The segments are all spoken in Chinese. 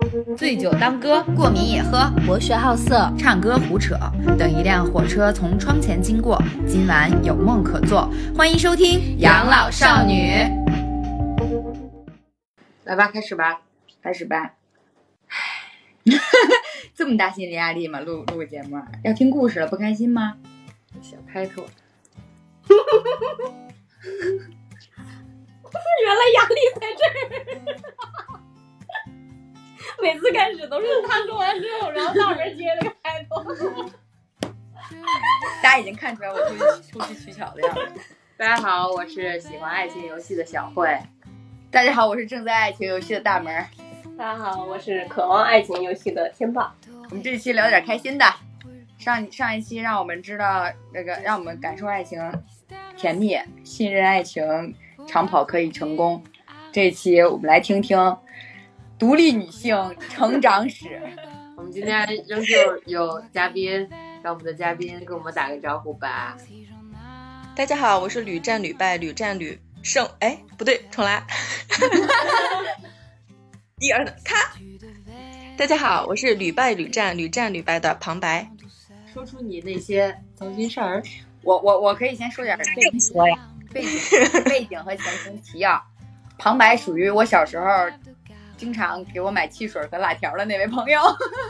醉酒当歌，过敏也喝， 博学好色， 唱歌胡扯。等一辆火车从窗前经过，今晚有梦可做。欢迎收听《养老少女》。来吧，开始吧。这么大心理压力吗？录个节目要听故事了，不开心吗？小开头。 原来压力在这儿。每次开始都是他说完之后，然后大门接了个开头。 大家已经看出来我出去取巧的样子。 大家好，我是喜欢爱情游戏的小慧。 大家好，我是正在爱情游戏的大门。 大家好，我是渴望爱情游戏的天霸。 我们这一期聊点开心的。上一期让我们知道让我们感受爱情甜蜜，信任爱情，长跑可以成功。这一期我们来听听独立女性成长史。 我们今天仍旧有嘉宾，让我们的嘉宾跟我们打个招呼吧。 大家好，我是屡战屡败屡战屡胜。哎，不对，重来。一二三，咔！大家好，我是屡败屡战屡战屡败的旁白。 说出你那些糟心事儿。 我可以先说点背景和前情提要。旁白属于我小时候经常给我买汽水和辣条的那位朋友。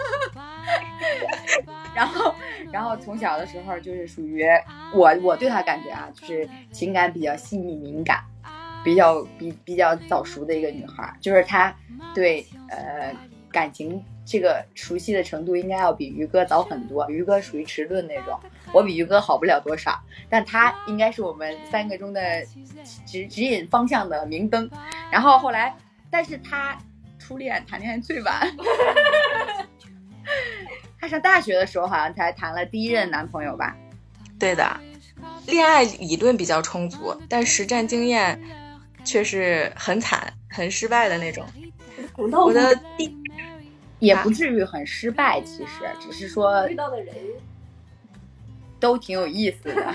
然后从小的时候就是属于我对他感觉啊，就是情感比较细腻敏感，比较早熟的一个女孩。就是她对感情这个熟悉的程度应该要比于哥早很多。于哥属于迟钝那种，我比于哥好不了多少，但他应该是我们三个中的指引方向的明灯。然后后来，但是他初恋谈恋爱最晚。他上大学的时候好像才谈了第一任男朋友吧。 对的，恋爱理论比较充足，但实战经验却是很惨很失败的那种。我的也不至于很失败，其实只是说遇到的人都挺有意思的。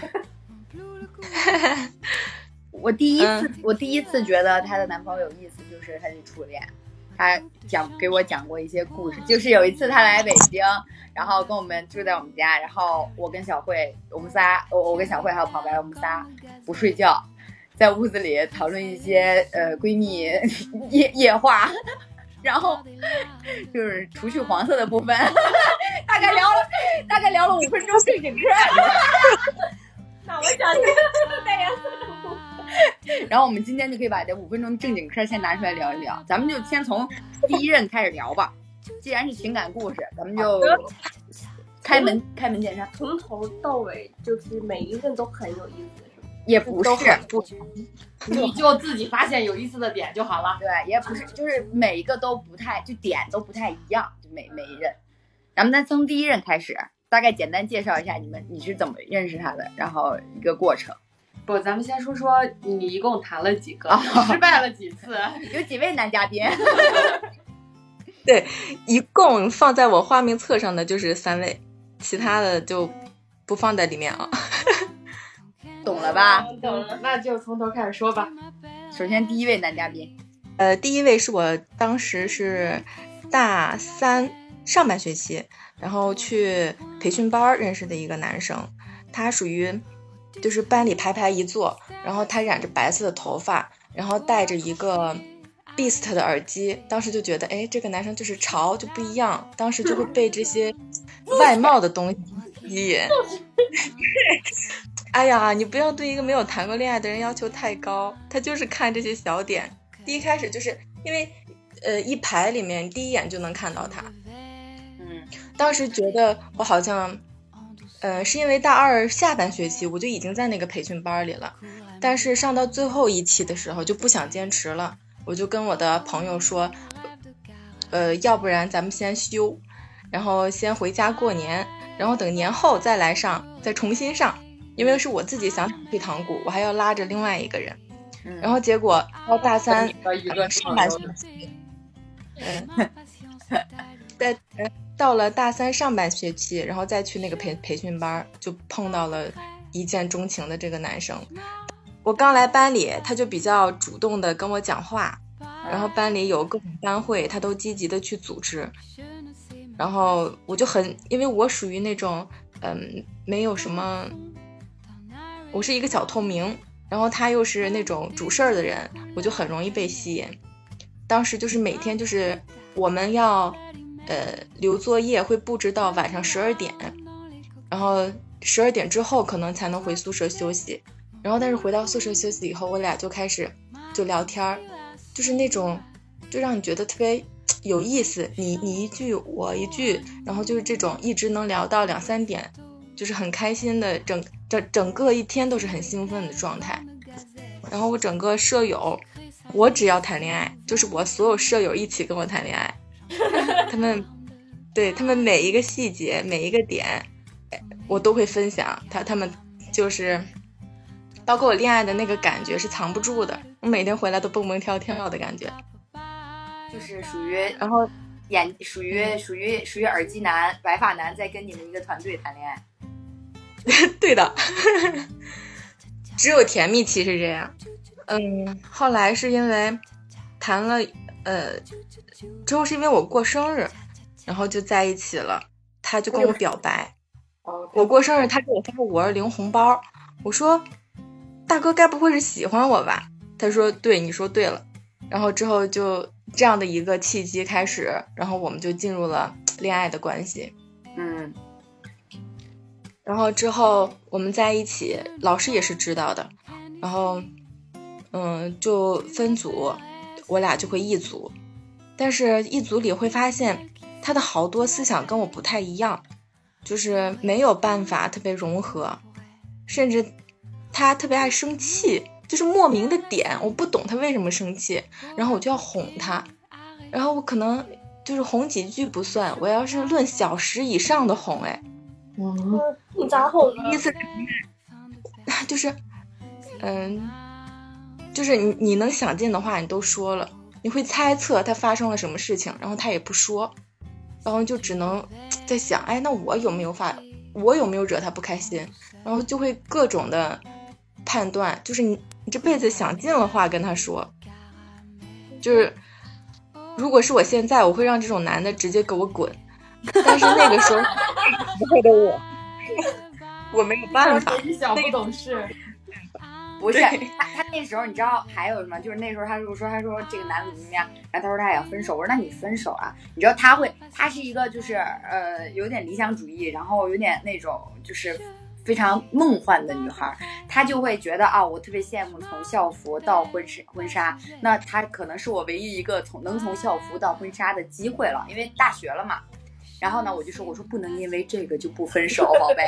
我第一次觉得她的男朋友有意思，就是她的初恋。她给我讲过一些故事，就是有一次她来北京，然后跟我们住在我们家，然后我跟小慧，我们仨，我跟小慧还有旁白，我们仨不睡觉，在屋子里讨论一些闺蜜夜话。然后就是除去黄色的部分，大概聊了5分钟正经嗑。 那我想听带颜色的部分。 然后我们今天就可以把这5分钟正经嗑先拿出来聊一聊。咱们就先从第一任开始聊吧。既然是情感故事，咱们就开门见山。 从头到尾就是每一任都很有意思。 也不是， 你就自己发现有意思的点就好了。 对，也不是，就是每一个都不太，就点都不太一样，就每一任。咱们从第一任开始，大概简单介绍一下你是怎么认识他的，然后一个过程。 不，咱们先说说你一共谈了几个，失败了几次， 有几位男嘉宾。 对，一共放在我花名册上的就是3位，其他的就不放在里面啊。 懂了吧？ 懂了，那就从头开始说吧。 首先第一位男嘉宾， 第一位是我当时是大3上半学期，然后去培训班认识的一个男生。他属于就是班里排一坐，然后他染着白色的头发，然后戴着一个 Beast 的耳机。当时就觉得这个男生就是潮，就不一样，当时就会被这些外貌的东西吸引。哎呀，你不要对一个没有谈过恋爱的人要求太高，他就是看这些小点。第一开始就是因为一排里面第一眼就能看到他。当时觉得我好像是因为大2下半学期我就已经在那个培训班里了，但是上到最后一期的时候就不想坚持了，我就跟我的朋友说要不然咱们先休，然后先回家过年，然后等年后再来上，再重新上。因为是我自己想退堂鼓，我还要拉着另外一个人。然后结果到大3上半学期，到了大3上半学期，然后再去那个培训班，就碰到了一见钟情的这个男生。我刚来班里，他就比较主动的跟我讲话， 然后班里有各种班会，他都积极的去组织。然后我就因为我属于那种没有什么，我是一个小透明，然后他又是那种主事儿的人，我就很容易被吸引。当时就是每天就是我们要留作业，会布置到晚上12点，然后12点之后可能才能回宿舍休息。然后但是回到宿舍休息以后，我俩就开始就聊天，就是那种就让你觉得特别有意思，你一句我一句，然后就是这种一直能聊到2、3点，就是很开心的，整个一天都是很兴奋的状态。然后我整个舍友，我只要谈恋爱，就是我所有舍友一起跟我谈恋爱，他们每一个细节每一个点我都会分享，他们就是包括我恋爱的那个感觉是藏不住的，我每天回来都蹦蹦跳跳的感觉， 就是属于然后属于耳机男白发男在跟你们一个团队谈恋爱。 对的只有甜蜜期是这样。后来是因为谈了之后是因为我过生日，然后就在一起了，他就跟我表白。我过生日他给我发520红包，我说大哥该不会是喜欢我吧？他说对，你说对了。然后之后就这样的一个契机开始，然后我们就进入了恋爱的关系。然后之后我们在一起，老师也是知道的，然后就分组，我俩就会一组，但是一组里会发现他的好多思想跟我不太一样，就是没有办法特别融合，甚至他特别爱生气，就是莫名的点，我不懂他为什么生气，然后我就要哄他，然后我可能就是哄几句不算，我要是论小时以上的哄。 你咋哄呢？ 第一次就是就是你能想尽的话你都说了，你会猜测他发生了什么事情，然后他也不说，然后就只能在想，那我有没有惹他不开心，然后就会各种的判断，就是你这辈子想尽了话跟他说，就是如果是我现在，我会让这种男的直接给我滚，但是那个时候不会的我没有办法， 小不懂事。 不是他那时候你知道还有什么，就是那时候他说这个男的怎么样，然后他说他也要分手，我说那你分手啊。你知道他是一个就是有点理想主义，然后有点那种就是非常梦幻的女孩，她就会觉得我特别羡慕从校服到婚纱，那她可能是我唯一一个能从校服到婚纱的机会了，因为大学了嘛。然后呢我说不能因为这个就不分手，宝贝。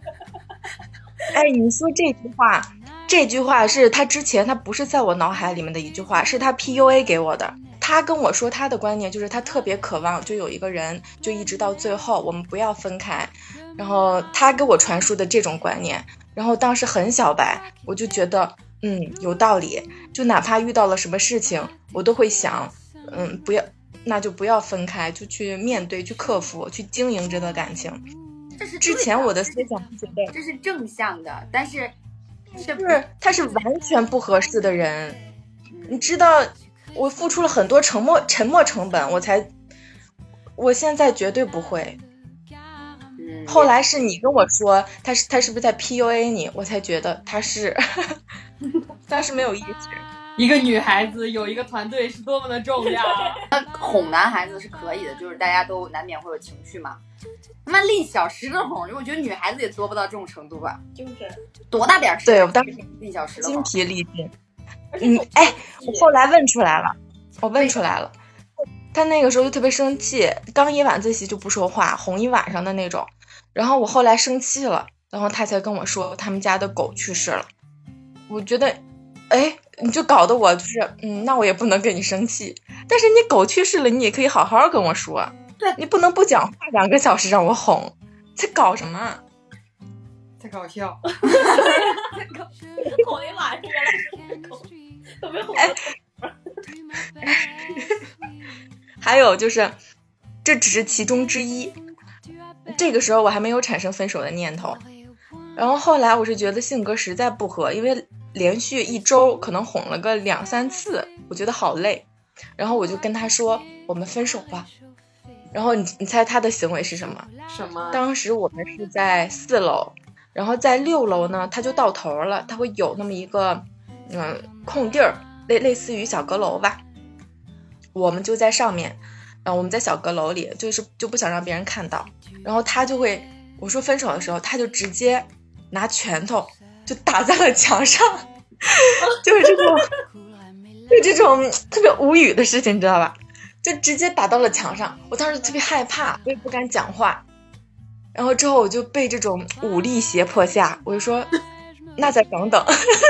你说这句话是他之前他不是在我脑海里面的一句话，是他 PUA 给我的。他跟我说他的观念就是他特别渴望就有一个人就一直到最后我们不要分开，然后他给我传输的这种观念，然后当时很小白，我就觉得有道理，就哪怕遇到了什么事情我都会想不要分开，就去面对去克服去经营这段感情。 这是之前我的思想觉得这是正向的，但是他是完全不合适的人。你知道我付出了很多沉默成本，我现在绝对不会。后来是你跟我说他是不是在 PUA 你，我才觉得他是但是没有意识。 一个女孩子有一个团队是多么的重要。 哄男孩子是可以的，就是大家都难免会有情绪嘛。他妈立小时的哄，我觉得女孩子也做不到这种程度吧。 就是多大点事？ 对，我当时立小时的哄， 精疲力尽。我后来问出来了，他那个时候就特别生气，刚一晚自习就不说话，哄一晚上的那种。然后我后来生气了，然后他才跟我说他们家的狗去世了。我觉得你就搞得我就是那我也不能跟你生气，但是你狗去世了你也可以好好跟我说， 对， 你不能不讲话2个小时让我哄，在搞什么？ 在搞笑。哄一晚上原来是狗，都没哄。 还有就是这只是其中之一，这个时候我还没有产生分手的念头，然后后来我是觉得性格实在不合，因为连续1周可能哄了个2、3次，我觉得好累， 然后我就跟他说我们分手吧。然后你猜他的行为是什么？ 什么？ 当时我们是在4楼，然后在6楼呢他就到头了，他会有那么一个空地儿，类似于小阁楼吧。我们就在上面，我们在小阁楼里，就不想让别人看到。然后他就会，我说分手的时候，他就直接拿拳头就打在了墙上，就是这种特别无语的事情，你知道吧？就直接打到了墙上。我当时特别害怕，我也不敢讲话。然后之后我就被这种武力胁迫下，我就说那再等等。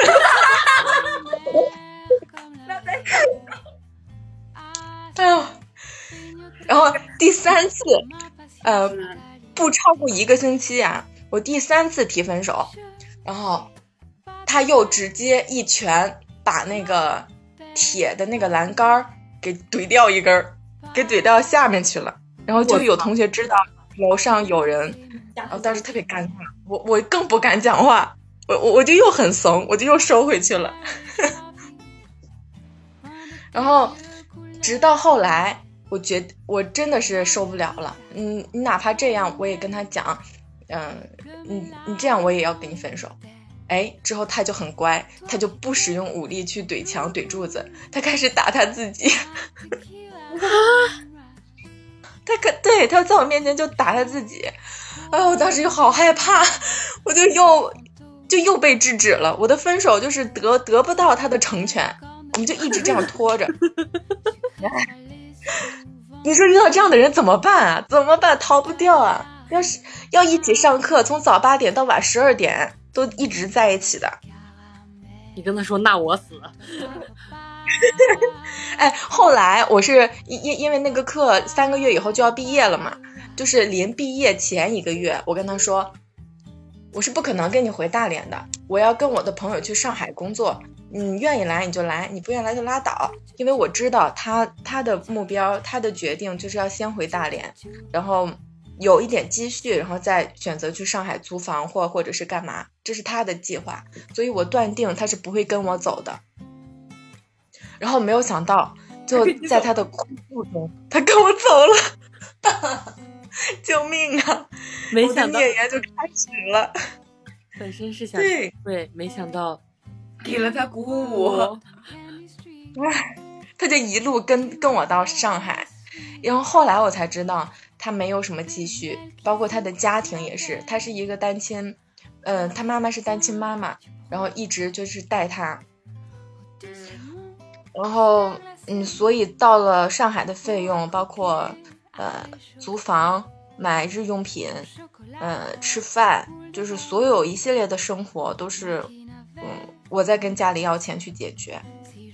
哎呦，然后第3次不超过1个星期啊，我第3次提分手，然后他又直接一拳把那个铁的那个栏杆给怼掉一根，给怼到下面去了。然后就有同学知道楼上有人，然后当时特别尴尬，我更不敢讲话，我就又很怂，我就又收回去了。然后直到后来我觉得我真的是受不了了，你哪怕这样我也跟他讲，你这样我也要跟你分手。之后他就很乖，他就不使用武力去怼墙怼柱子，他开始打他自己。他在我面前就打他自己，我当时就好害怕，我就又被制止了。我的分手就是得不到他的成全，我们就一直这样拖着。你说遇到这样的人怎么办啊？怎么办？逃不掉啊！要一起上课，从早8点到晚12点都一直在一起的。 你跟他说那我死了。 后来我是因为那个课3个月以后就要毕业了嘛，就是临毕业前1个月，我跟他说我是不可能跟你回大连的，我要跟我的朋友去上海工作，你愿意来你就来，你不愿意来就拉倒。因为我知道他的目标，他的决定就是要先回大连，然后有一点积蓄，然后再选择去上海租房或者是干嘛，这是他的计划，所以我断定他是不会跟我走的。然后没有想到就在他的哭诉中他跟我走了。救命啊！ 没想到我的孽缘就开始了。 本身是想对，没想到给了他鼓舞。 他就一路跟我到上海，然后后来我才知道他没有什么积蓄，包括他的家庭也是，他是一个单亲，他妈妈是单亲妈妈，然后一直就是带他，然后所以到了上海的费用，包括租房、买日用品、吃饭，就是所有一系列的生活都是我在跟家里要钱去解决。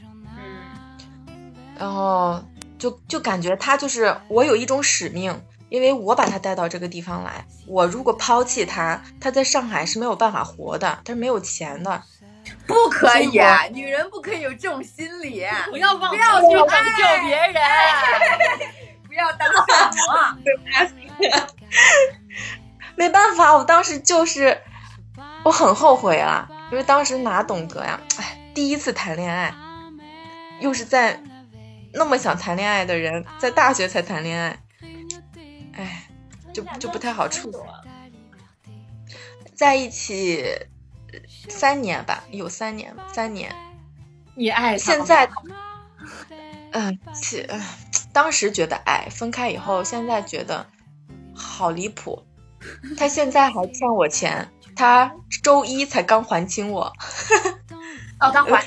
然后就感觉他就是我有一种使命，因为我把他带到这个地方来，我如果抛弃他在上海是没有办法活的，他是没有钱的。 不可以啊，女人不可以有这种心理， 不要妄想去拯救别人， 不要当圣母。 没办法，我当时就是我很后悔啊，因为当时哪懂得呀，第一次谈恋爱，又是在那么想谈恋爱的人，在大学才谈恋爱，就不太好处。在一起3年吧，有3年。 你爱他现在当时觉得爱，分开以后现在觉得好离谱。他现在还欠我钱，他周1才刚还清我。 他还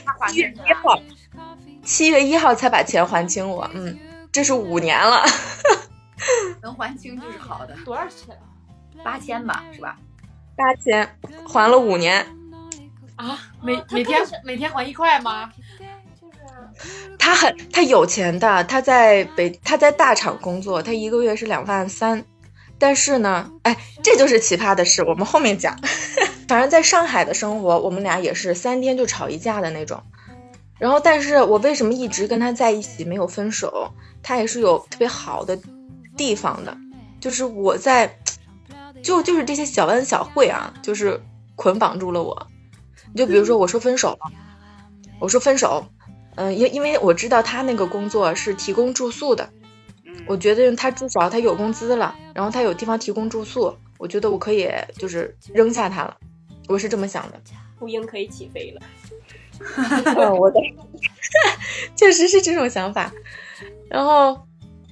7月1号才把钱还清我，这是5年了。 能还清就是好的。 多少钱 ？8000吧，是吧 ？8000，还了5年。 啊？每天还1块吗？ 他有钱的，他在大厂工作，他1个月是2.3万。但是呢，这就是奇葩的事，我们后面讲。反正在上海的生活，我们俩也是3天就吵一架的那种。然后，但是我为什么一直跟他在一起没有分手？他也是有特别好的地方的，就是我在，就是这些小恩小惠啊，就是捆绑住了我。就比如说我说分手了， 因为我知道他那个工作是提供住宿的，我觉得他至少他有工资了，然后他有地方提供住宿，我觉得我可以就是扔下他了，我是这么想的。 秃鹰可以起飞了。 我的确实是这种想法。然后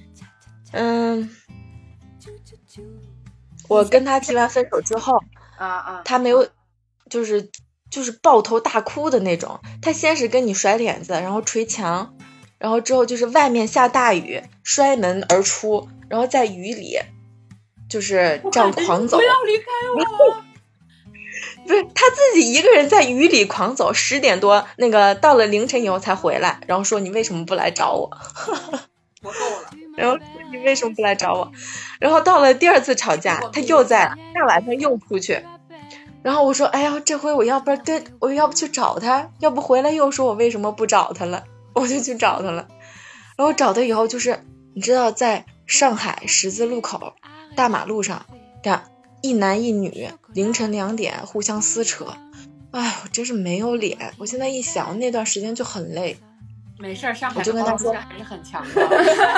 我跟他提完分手之后他没有就是抱头大哭的那种，他先是跟你甩脸子，然后捶墙，然后之后就是外面下大雨，摔门而出，然后在雨里就是这样狂走。 不要离开我！ 不是，他自己一个人在雨里狂走，10点多那个到了凌晨以后才回来，然后说你为什么不来找我？ 我够了。 然后你为什么不来找我？然后到了第2次吵架，他又在大晚上又出去。然后我说，哎呀，这回我要不去找他，要不回来又说我为什么不找他了，我就去找他了。然后找他以后就是你知道在上海十字路口大马路上一男一女凌晨2点互相撕扯，哎，我真是没有脸。我现在一想那段时间就很累。 没事，上海我就跟他说还是很强的。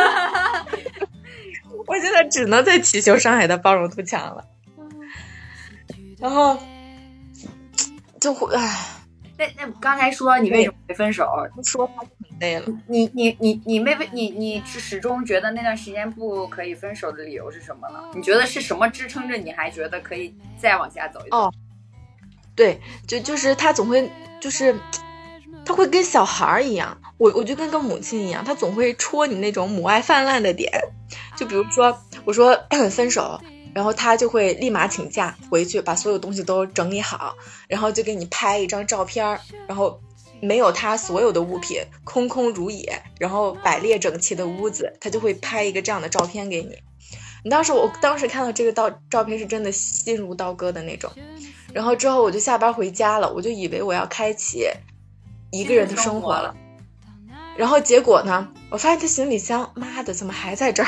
我现在只能再祈求上海的包容度强了。然后就会那刚才说你为什么会分手？ 说他很累了。 你始终觉得那段时间不可以分手的理由是什么呢？你觉得是什么支撑着你还觉得可以再往下走一走？ 对，就是他总会就是他会跟小孩一样，我就跟个母亲一样，他总会戳你那种母爱泛滥的点。就比如说我说分手，然后他就会立马请假回去把所有东西都整理好，然后就给你拍一张照片，然后没有他所有的物品，空空如也，然后摆列整齐的屋子，他就会拍一个这样的照片给你。我当时看到这个照片是真的心如刀割的那种。然后之后我就下班回家了，我就以为我要开启一个人的生活了。然后结果呢，我发现他行李箱，妈的，怎么还在这儿？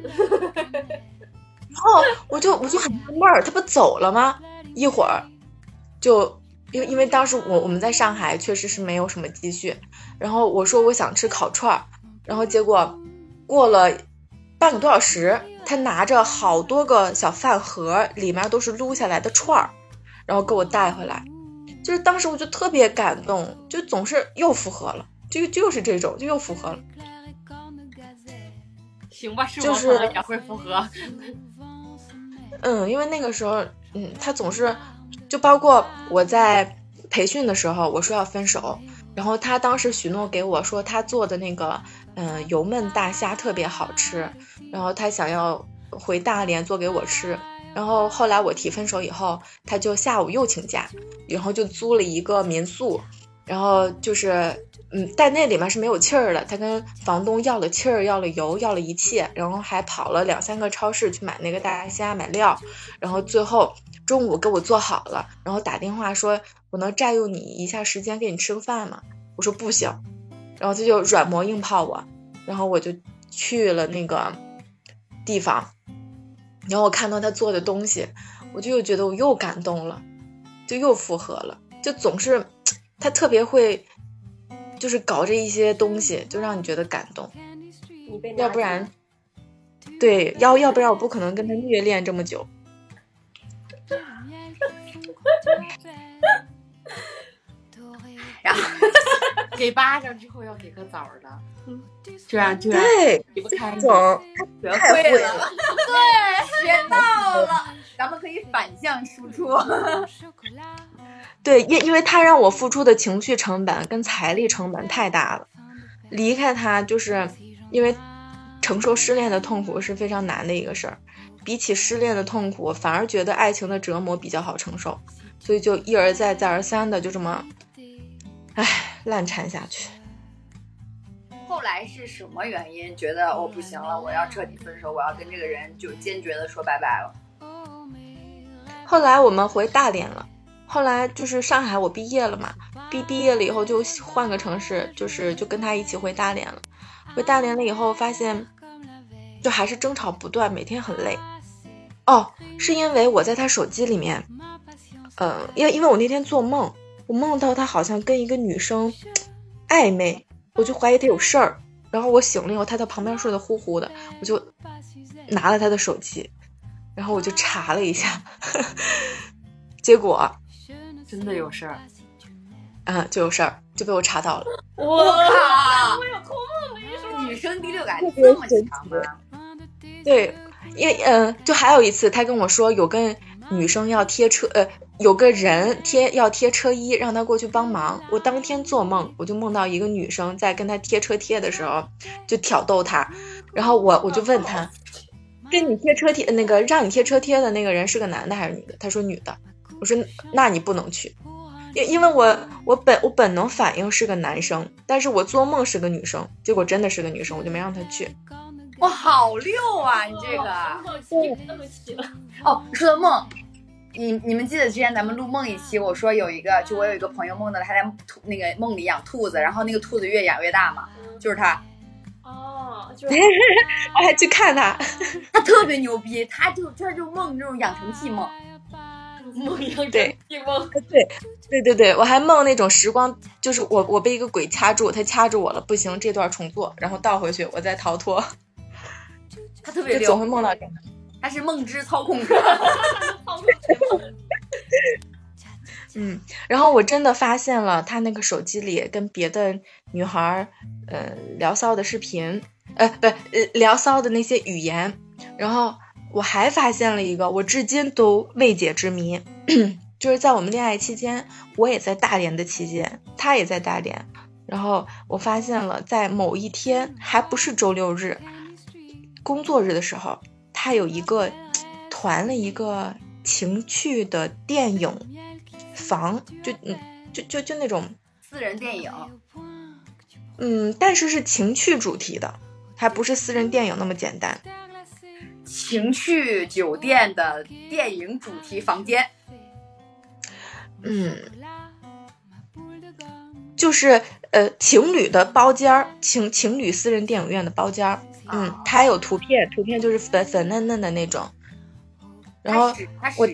然后我就很纳闷儿，他不走了吗？一会儿就因为当时我们在上海确实是没有什么积蓄，然后我说我想吃烤串，然后结果过了半个多小时，他拿着好多个小饭盒，里面都是撸下来的串儿，然后给我带回来。就是当时我就特别感动，就总是又复合了，就是这种，就又复合了。 行吧，是我可能也会复合。 因为那个时候，他总是，就包括我在培训的时候，我说要分手，然后他当时许诺给我说他做的那个油焖大虾特别好吃，然后他想要回大连做给我吃。然后后来我提分手以后，他就下午又请假，然后就租了一个民宿，然后就是但那里面是没有气儿的，他跟房东要了气儿，要了油，要了一切，然后还跑了2-3个超市去买那个大虾，买料，然后最后中午给我做好了，然后打电话说我能占用你一下时间给你吃个饭吗？我说不行，然后他就软磨硬泡我，然后我就去了那个地方，然后我看到他做的东西，我就又觉得我又感动了，就又复合了。就总是他特别会就是搞这一些东西，就让你觉得感动。要不然对，要不然我不可能跟他虐恋这么久。 然后给巴掌之后要给个枣的，这样对离不开你。 学会了，对，学到了，咱们可以反向输出。 对，因为他让我付出的情绪成本跟财力成本太大了，离开他就是因为承受失恋的痛苦是非常难的一个事儿，比起失恋的痛苦，反而觉得爱情的折磨比较好承受，所以就一而再再而三的就这么烂缠下去。 后来是什么原因觉得我不行了，我要彻底分手，我要跟这个人就坚决的说拜拜了？ 后来我们回大连了，后来就是上海我毕业了嘛，毕业了以后就换个城市，就跟他一起回大连了。回大连了以后发现就还是争吵不断，每天很累。是因为我在他手机里面因为我那天做梦，我梦到他好像跟一个女生暧昧， 我就怀疑他有事儿。然后我醒了以后，他在旁边睡得呼呼的，我就拿了他的手机，然后我就查了一下，结果真的有事儿。 就有事儿，就被我查到了。 我靠！ 我有托梦的一说， 女生第六感这么强吗？ 对，因为就还有一次，他跟我说有个女生要贴车，有个人要贴车衣，让他过去帮忙。我当天做梦，我就梦到一个女生在跟他贴车贴的时候，就挑逗他，然后我就问他，跟你贴车贴那个让你贴车贴的那个人是个男的还是女的？他说女的。我说那你不能去。因为我本能反应是个男生，但是我做梦是个女生，结果真的是个女生，我就没让他去。 哇，好溜啊！你这个那么细了。 哦，说到梦，你们记得之前咱们录梦一期，我说我有一个朋友梦到他在那个梦里养兔子，然后那个兔子越养越大嘛，就是他。 哦，就是我还去看他特别牛逼，他就梦这种养成系梦。 梦养对梦， 对，我还梦那种时光，就是我被一个鬼掐住，他掐住我了，不行，这段重做，然后倒回去，我再逃脱。 他特别溜， 就总会梦到这样。 他是梦之操控者。 然后我真的发现了他那个手机里跟别的女孩聊骚的视频，聊骚的那些语言，然后我还发现了一个我至今都未解之谜，就是在我们恋爱期间，我也在大连的期间，他也在大连，然后我发现了在某一天，还不是周六日，工作日的时候，他有一个团了一个情趣的电影房，就那种私人电影。 但是情趣主题的，还不是私人电影那么简单。 情趣酒店的电影主题房间。 就是情侣的包间，情侣私人电影院的包间。它还有图片就是粉嫩嫩的那种。然后我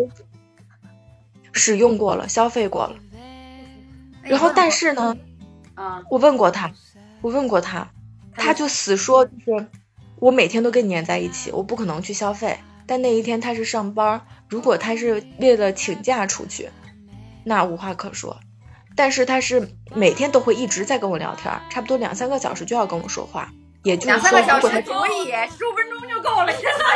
使用过了，消费过了。然后但是呢，我问过他，他就死说就是我每天都跟你黏在一起，我不可能去消费。但那一天他是上班，如果他是为了请假出去，那无话可说。但是他是每天都会一直在跟我聊天，差不多2-3个小时就要跟我说话。也就是说 2-3个小时可以，15分钟就够了，你在说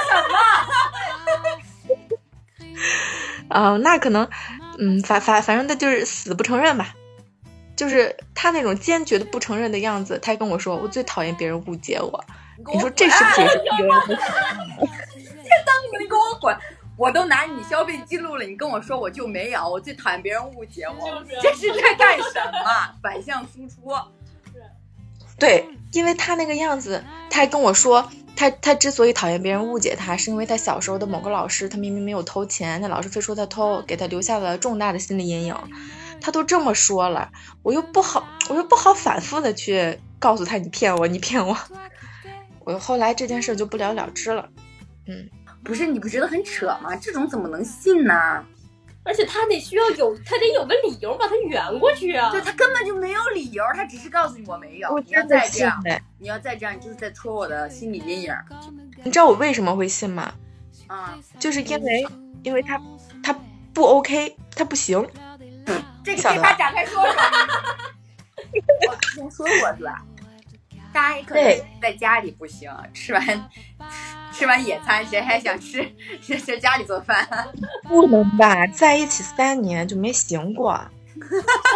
什么？ 那可能反正他就是死不承认吧，就是他那种坚决的不承认的样子。他跟我说我最讨厌别人误解我，你说这是不是也是一个人的你给我滚！我都拿你消费记录了，你跟我说我就没有，我最讨厌别人误解我，这是在干什么？反向输出。 对，因为他那个样子，他还跟我说他之所以讨厌别人误解他，是因为他小时候的某个老师，他明明没有偷钱，那老师非说他偷，给他留下了重大的心理阴影。他都这么说了，我又不好反复的去告诉他你骗我。我后来这件事就不了了之了。 不是，你不觉得很扯吗？这种怎么能信呢？ 而且他得有个理由把他圆过去啊！ 对，他根本就没有理由，他只是告诉你我没有。你要再这样，你就是在戳我的心理阴影。 你知道我为什么会信吗？就是因为他不 OK， 他不行。 这个可以把展开说说。我之前说过是吧？大家可能在家里不行，吃完野餐，谁还想吃在家里做饭？ 不能吧，在一起3年就没行过。 展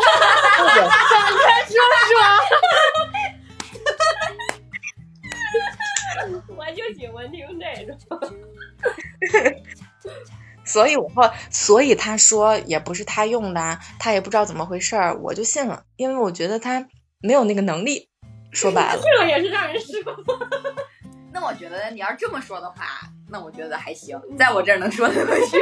开说说。我就喜欢听这种。 所以他说也不是他用的，他也不知道怎么回事，我就信了，因为我觉得他没有那个能力。说白了， 这也是让人失望。 那我觉得你要这么说的话，那我觉得还行，在我这儿能说得过去。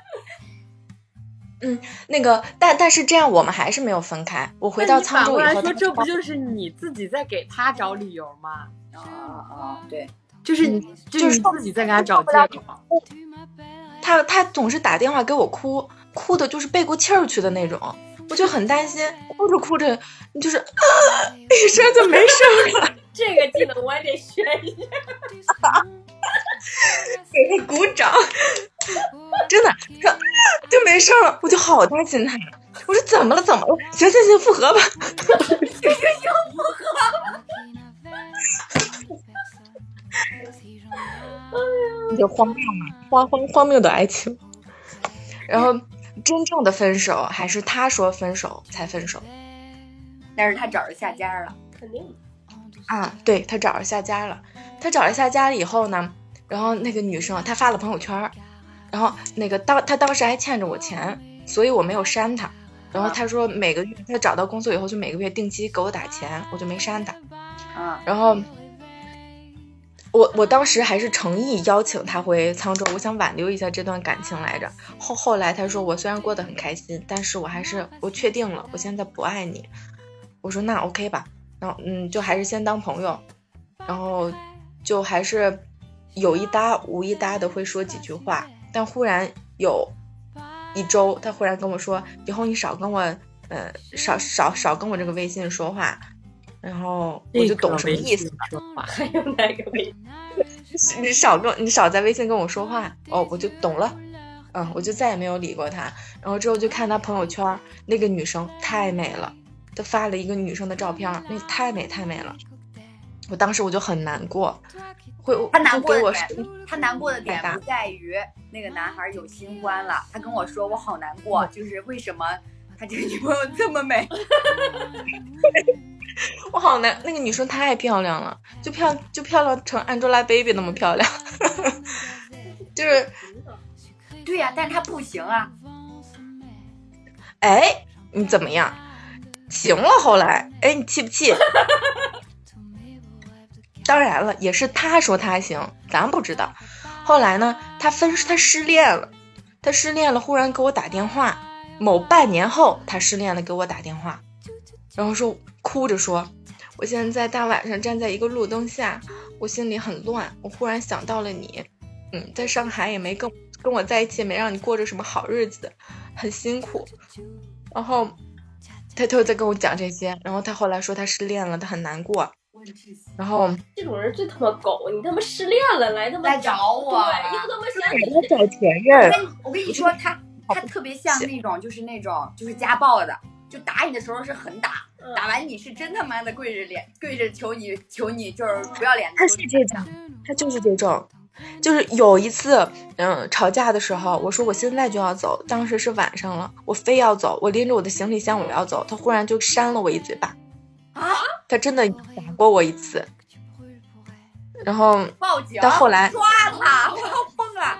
那个，但是这样我们还是没有分开。我回到沧州以后， 说这不就是你自己在给他找理由吗？ 对， 就是你自己在给他找借口。 他总是打电话给我哭的，就是背过气儿去的那种。 我就很担心，哭着哭着就是一声就没声了。 这个技能我也得学一下。 给他鼓掌，真的就没声了，我就好担心他。我说怎么了？行，复合吧。 行，复合。 就荒谬嘛，荒谬的爱情。然后真正的分手还是他说分手才分手， 但是他找着下家了， 肯定啊，对，他找着下家了。他找着下家了以后呢，然后那个女生她发了朋友圈，然后那个他当时还欠着我钱，所以我没有删他。然后他说每个月他找到工作以后就每个月定期给我打钱，我就没删他。然后我当时还是诚意邀请他回沧州，我想挽留一下这段感情来着。后来他说我虽然过得很开心，但是我确定了，我现在不爱你。我说那 OK 吧，然后就还是先当朋友，然后就还是有一搭无一搭的会说几句话。但忽然有一周，他忽然跟我说，以后你少跟我少跟我这个微信说话。然后我就懂什么意思了。 还有哪个微信？你少在微信跟我说话。我就懂了。我就再也没有理过他。然后之后就看他朋友圈，那个女生太美了，他发了一个女生的照片，那太美了。我当时我就很难过。 他难过的点不在于那个男孩有新欢了，他跟我说我好难过，就是为什么他这个女朋友这么美。 我好难，那个女生太漂亮了，就漂亮成 Angelababy 那么漂亮。就是对呀，但是她不行啊。 哎，你怎么样？行了，后来你气不气？当然了，也是他说他行，咱不知道。后来呢，他失恋了，忽然给我打电话。某半年后，他失恋了，给我打电话，然后哭着说，我现在在大晚上站在一个路灯下，我心里很乱，我忽然想到了你，在上海也没跟我在一起，没让你过着什么好日子，很辛苦。然后他就在跟我讲这些，然后他后来说他失恋了，他很难过。然后这种人最他妈狗，你他妈失恋了来找我， 对，又他妈想你找前任。 我跟你说，他特别像那种就是家暴的，就打你的时候是狠打，打完你是真他妈的跪着求你就是不要脸。 他是这种，他就是这种。就是有一次吵架的时候，我说我现在就要走，当时是晚上了，我非要走，我拎着我的行李箱我要走，他忽然就扇了我一嘴巴。他真的打过我一次。然后报警， 到后来抓他，我要疯了。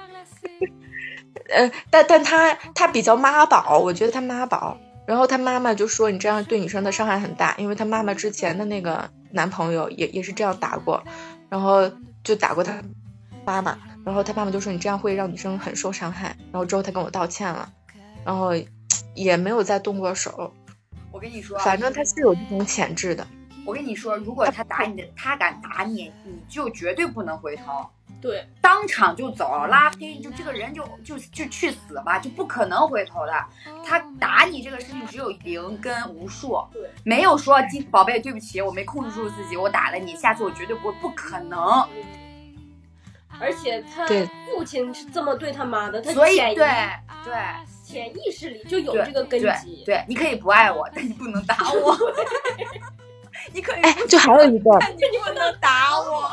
但他比较妈宝，我觉得他妈宝。然后他妈妈就说你这样对女生的伤害很大，因为他妈妈之前的那个男朋友也是这样打过，然后就打过他妈妈，然后他妈妈就说你这样会让女生很受伤害。然后之后他跟我道歉了，然后也没有再动过手。 我跟你说， 反正他是有这种潜质的。 我跟你说，如果他敢打你，你就绝对不能回头。 对， 当场就走，拉黑，就这个人就去死吧，就不可能回头的。他打你这个事情只有0跟无数， 对， 没有说宝贝对不起，我没控制住自己，我打了你，下次我绝对不可能。 而且他父亲是这么对他妈的，他所以对潜意识里就有这个根基。 对，你可以不爱我，但你不能打我。你可以就还有一个， 但你不能打我。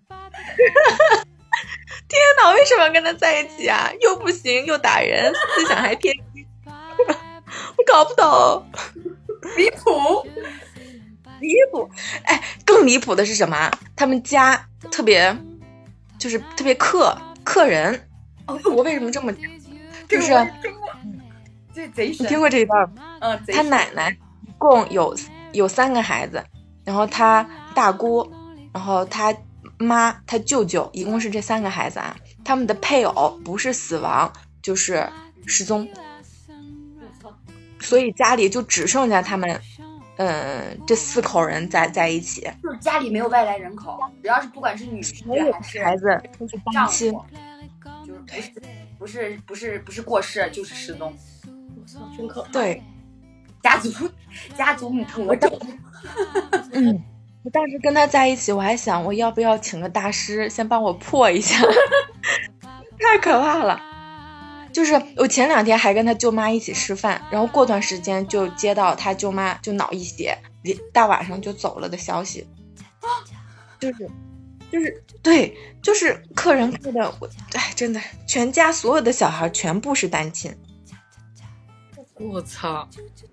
天哪，为什么要跟他在一起啊？又不行又打人，思想还偏激。我搞不懂， 离谱。 更离谱的是什么？他们家特别克人。我为什么这么讲？就是这贼神。 你听过这一段吗？他奶奶一共有3个孩子，然后他大姑，然后他妈，他舅舅，一共是这3个孩子啊。他们的配偶不是死亡就是失踪，所以家里就只剩下他们这4口人在一起。 就是家里没有外来人口，只要是不管是女婿还是孩子都是单亲， 就是不是过世就是失踪。 我操，真可怕。 对， 家家族魔咒。 我当时跟他在一起，我还想我要不要请个大师先帮我破一下，太可怕了。就是我前2天还跟他舅妈一起吃饭，然后过段时间就接到他舅妈就脑溢血，大晚上就走了的消息。就是对，就是客人看的我，哎，真的全家所有的小孩全部是单亲。 我操！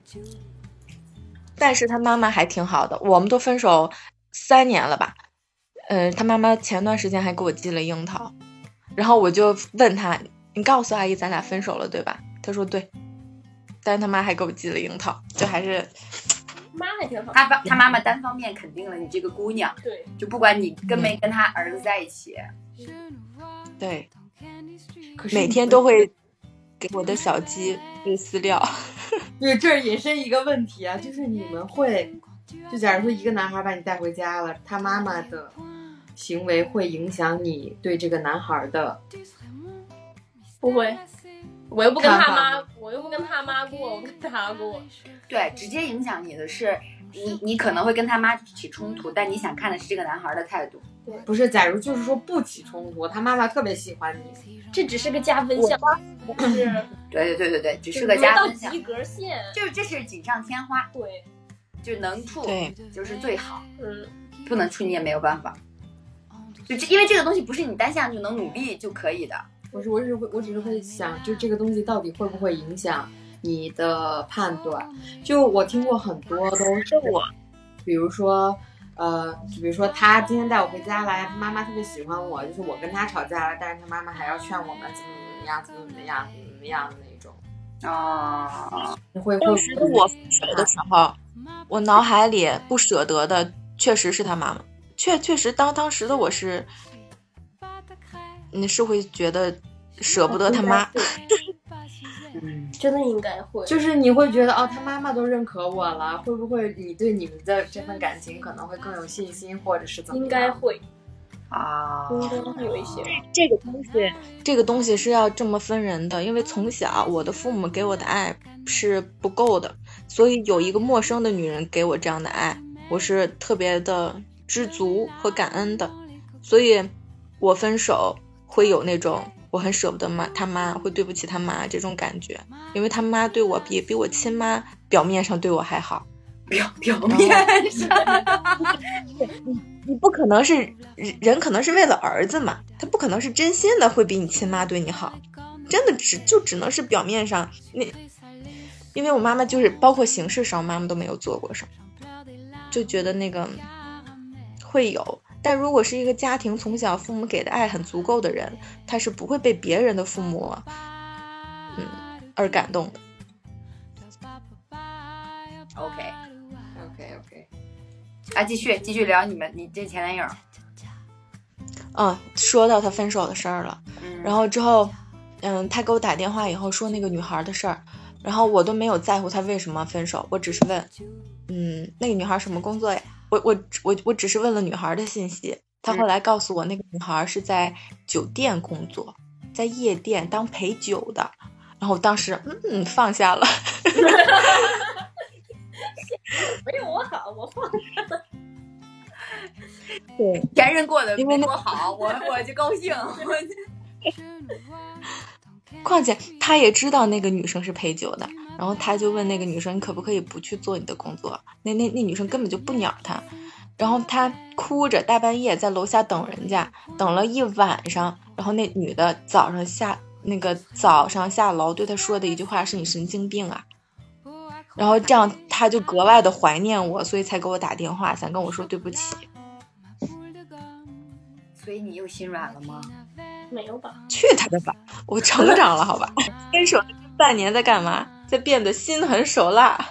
但是他妈妈还挺好的，我们都分手3年了吧。他妈妈前段时间还给我寄了樱桃，然后我就问他，你告诉阿姨咱俩分手了对吧？他说对，但是他妈还给我寄了樱桃，就还是妈还挺好。 他妈妈单方面肯定了你这个姑娘， 对， 就不管你跟没跟他儿子在一起， 对，每天都会给我的小鸡喂饲料。 对，这也是一个问题啊，就是你们会，就假如说一个男孩把你带回家了，他妈妈的行为会影响你对这个男孩的？ 不会，我又不跟他妈，我又不跟他妈过，我跟他过。 对，直接影响你的是你可能会跟他妈起冲突，但你想看的是这个男孩的态度。 不是，假如就是说不起冲突，他妈妈特别喜欢你， 这只是个加分项，是对，只是个加分项， 及格线， 就是这是锦上添花， 对， 就能处就是最好，不能处你也没有办法，就因为这个东西不是你单向就能努力就可以的。 我只是会想，就这个东西到底会不会影响你的判断？就我听过很多都是比如说他今天带我回家来，他妈妈特别喜欢我，就是我跟他吵架了，但是他妈妈还要劝我们怎么样的那种。 当时我分手的时候，我脑海里不舍得的确实是他妈妈，确实当时的我是，你是会觉得舍不得他妈。 真的应该会， 就是你会觉得他妈妈都认可我了，会不会你对你们的这份感情可能会更有信心，或者是怎么样？ 应该会应该会有一些。 这个东西是要这么分人的，因为从小我的父母给我的爱是不够的，所以有一个陌生的女人给我这样的爱，我是特别的知足和感恩的，所以我分手会有那种我很舍不得他妈，会对不起他妈这种感觉，因为他妈对我比我亲妈表面上对我还好。 表面上你不可能是人，可能是为了儿子嘛，他不可能是真心的会比你亲妈对你好，真的只能是表面上。因为我妈妈就是包括形式上，妈妈都没有做过什么，就觉得那个会有。但如果是一个家庭从小父母给的爱很足够的人，他是不会被别人的父母而感动的。 OK， 继续聊你这前男友。 说到他分手的事儿了，然后之后他给我打电话以后说那个女孩的事儿，然后我都没有在乎他为什么分手，我只是问那个女孩什么工作呀，我只是问了女孩的信息。他后来告诉我那个女孩是在酒店工作，在夜店当陪酒的，然后我当时放下了。 没有我好，我放下了。 对， 前任过得没多好，我就高兴。 况且他也知道那个女生是陪酒的，然后他就问那个女生可不可以不去做你的工作，那女生根本就不鸟他，然后他哭着大半夜在楼下等人家，等了一晚上，然后那女的早上下楼对他说的一句话是你神经病啊，然后这样他就格外的怀念我，所以才给我打电话想跟我说对不起。 所以你又心软了吗？ 没有吧？ 去他的吧，我成长了好吧。分手半年在干嘛？在变得心狠手辣。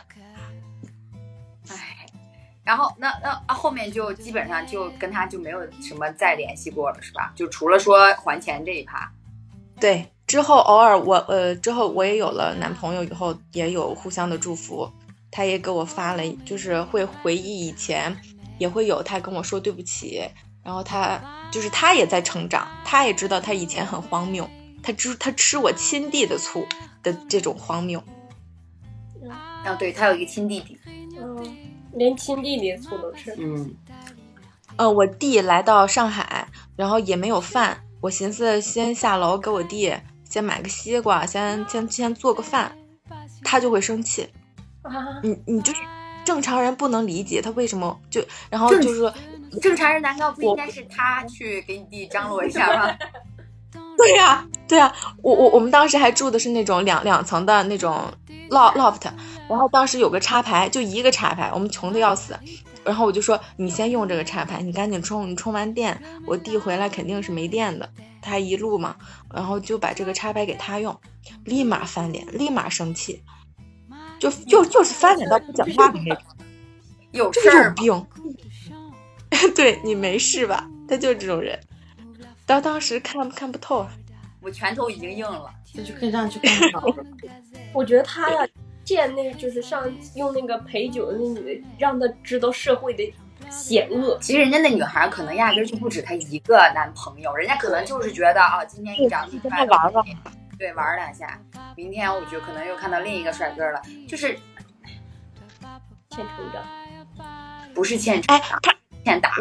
然后那后面就基本上就跟他就没有什么再联系过了是吧？就除了说还钱这一趴。 对，之后偶尔之后我也有了男朋友以后，也有互相的祝福，他也给我发了，就是会回忆以前，也会有他跟我说对不起，然后他也在成长，他也知道他以前很荒谬，他吃我亲弟的醋的这种荒谬。 对，他有一个亲弟弟。 连亲弟弟醋都吃。 我弟来到上海，然后也没有饭，我寻思先下楼给我弟先买个西瓜，先做个饭，他就会生气。你就是正常人不能理解他为什么就，然后就是说正常人难道不应该是他去给你弟张罗一下吗？ 对呀，我们当时还住的是那种两层的那种 loft， 然后当时有个插排，就一个插排，我们穷的要死。然后我就说你先用这个插排，你赶紧充，你充完电，我弟回来肯定是没电的，他一路嘛，然后就把这个插排给他用，立马翻脸，立马生气，就是翻脸到不讲话的那种。 有事儿有病。对，你没事吧？他就是这种人。当时看不透啊， 我拳头已经硬了， 这就可以让去看好了。 我觉得他呀，见那就是用那个陪酒的那女的，让他知道社会的险恶。 其实人家那女孩可能压根就不止他一个男朋友，人家可能就是觉得今天一长得帅，对，玩两下，明天我就可能又看到另一个帅哥了，就是欠成长， 不是欠成长，欠打。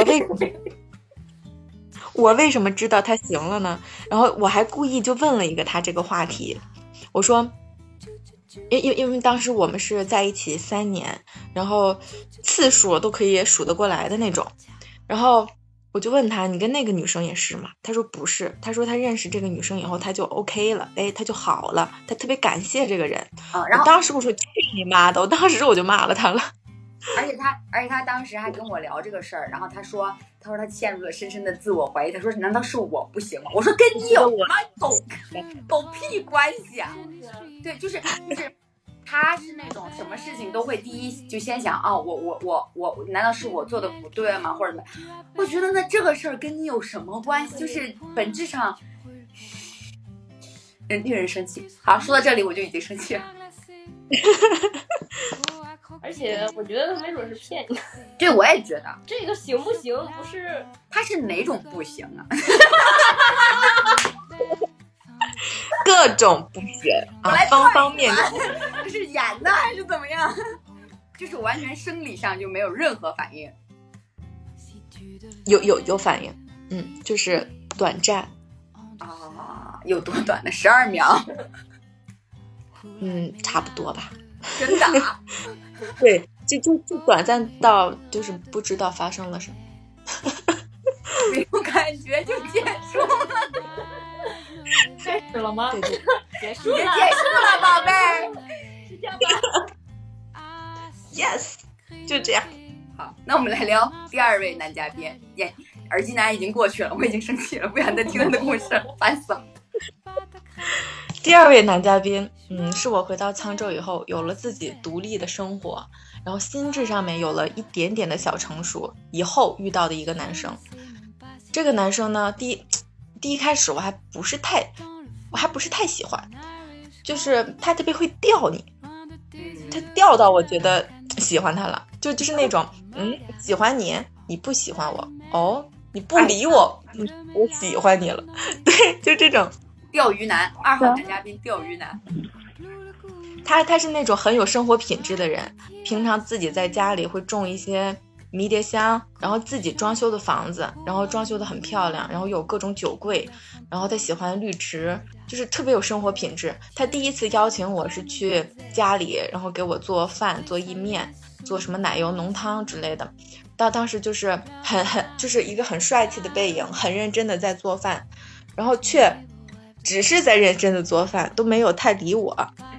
我为什么知道他行了呢？然后我还故意就问了一个他这个话题，我说，因为当时我们是在一起3年，然后次数都可以数得过来的那种，然后我就问他，你跟那个女生也是吗？他说不是，他说他认识这个女生以后他就 OK 了，他就好了，他特别感谢这个人。然后当时我说去你妈的，我当时我就骂了他了。 而且他当时还跟我聊这个事儿，然后他说他陷入了深深的自我怀疑，他说难道是我不行吗？我说跟你有什么狗屁关系啊？对，就是他是那种什么事情都会第一就先想我难道是我做的不对吗？或者什么？我觉得那这个事儿跟你有什么关系？就是本质上令人生气。好，说到这里我就已经生气了。 而且我觉得他没准是骗你。 对，我也觉得这个行不行？不是， 他是哪种不行啊？ 各种不行啊，方方面面。 这是演的还是怎么样？就是完全生理上就没有任何反应。 有反应，就是短暂。 有多短的？12秒。 差不多吧。 真的啊？ 对，就短暂到就是不知道发生了什么， 没有感觉就结束了。 开始了吗？ 对， 结束了， 宝贝。 是这样吧 ？Yes， 就这样。 好，那我们来聊第2位男嘉宾。耳机男已经过去了，我已经生气了，不想再听他的故事了，烦死了。 第2位男嘉宾，是我回到沧州以后有了自己独立的生活，然后心智上面有了一点点的小成熟以后遇到的一个男生。这个男生呢，第一开始我还不是太喜欢，就是他特别会吊你，他吊到我觉得喜欢他了，就是那种喜欢你，你不喜欢我，你不理我，我喜欢你了，对，就这种。 钓鱼男，2号男嘉宾钓鱼男。 他是那种很有生活品质的人，平常自己在家里会种一些迷迭香，然后自己装修的房子，然后装修的很漂亮，然后有各种酒柜，然后他喜欢绿植，就是特别有生活品质。他第一次邀请我是去家里，然后给我做饭，做意面，做什么奶油浓汤之类的。当时就是就是一个很帅气的背影，很认真的在做饭，然后却只是在认真的做饭，都没有太理我，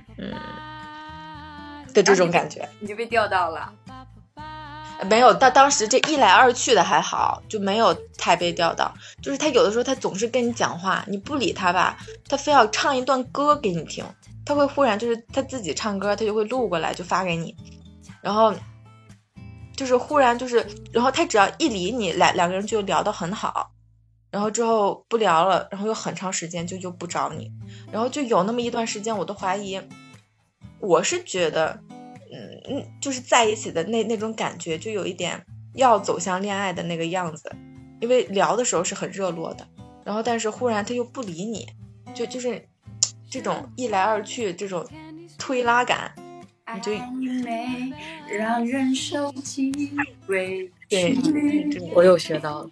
的这种感觉。 你就被钓到了？ 没有，当时这一来二去的还好，就没有太被钓到。就是他有的时候他总是跟你讲话，你不理他吧，他非要唱一段歌给你听，他会忽然就是他自己唱歌，他就会录过来就发给你，然后就是忽然就是，然后他只要一理你，两个人就聊得很好。然后之后不聊了，然后有很长时间就又不找你，然后就有那么一段时间我都怀疑，我是觉得就是在一起的那种感觉就有一点要走向恋爱的那个样子，因为聊的时候是很热络的，然后但是忽然他又不理你，就是这种一来二去这种推拉感暧昧让人受尽委对， 屈。 我又学到了。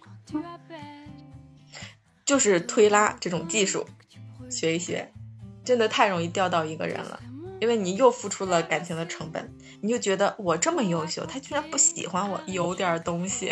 就是推拉这种技术，学一学，真的太容易钓到一个人了。因为你又付出了感情的成本，你就觉得我这么优秀，他居然不喜欢我，有点东西。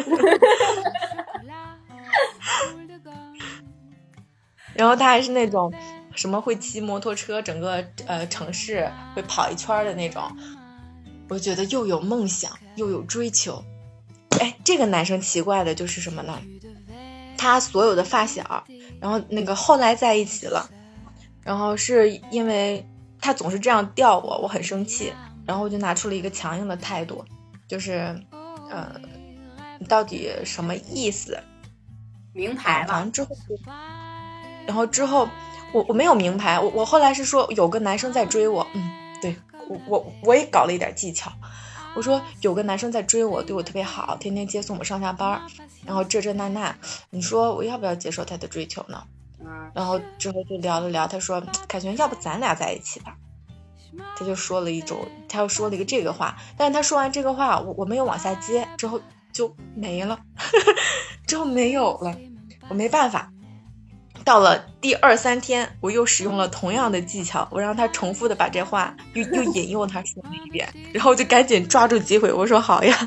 然后他还是那种什么会骑摩托车整个城市会跑一圈的那种，我觉得又有梦想又有追求。哎，这个男生奇怪的就是什么呢？他所有的发小，然后那个后来在一起了，然后是因为他总是这样吊我，我很生气，然后我就拿出了一个强硬的态度，就是你到底什么意思？ 明牌了。 然后之后我没有明牌，我后来是说有个男生在追我，对，我也搞了一点技巧，我说有个男生在追我，对我特别好，天天接送我上下班，然后这那，你说我要不要接受他的追求呢？然后之后就聊了聊，他说凯旋，要不咱俩在一起吧？他就说了他又说了一个这个话，但是他说完这个话，我没有往下接，之后就没了，之后没有了，我没办法。到了第2、3天，我又使用了同样的技巧，我让他重复的把这话又引用他说了一遍，然后我就赶紧抓住机会，我说好呀。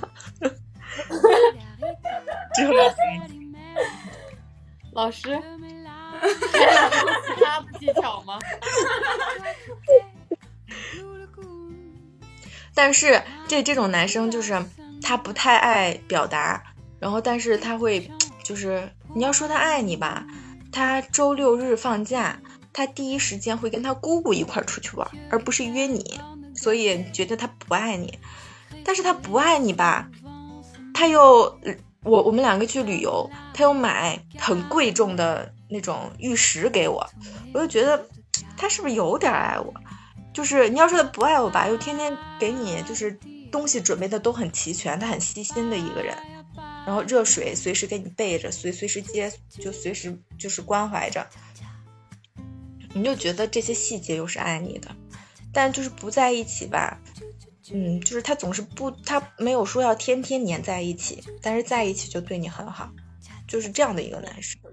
之后老师，还有其他的技巧吗？ 但是这种男生就是他不太爱表达，然后但是他会就是你要说他爱你吧，他周6日放假，他第一时间会跟他姑姑一块出去玩，而不是约你，所以觉得他不爱你。但是他不爱你吧，他又我们2个去旅游，他又买很贵重的那种玉石给我，我就觉得他是不是有点爱我？就是你要说他不爱我吧，又天天给你就是东西准备的都很齐全，他很细心的一个人，然后热水随时给你备着，随时接，就随时就是关怀着，你就觉得这些细节又是爱你的。但就是不在一起吧，就是他总是他没有说要天天黏在一起，但是在一起就对你很好，就是这样的一个男生。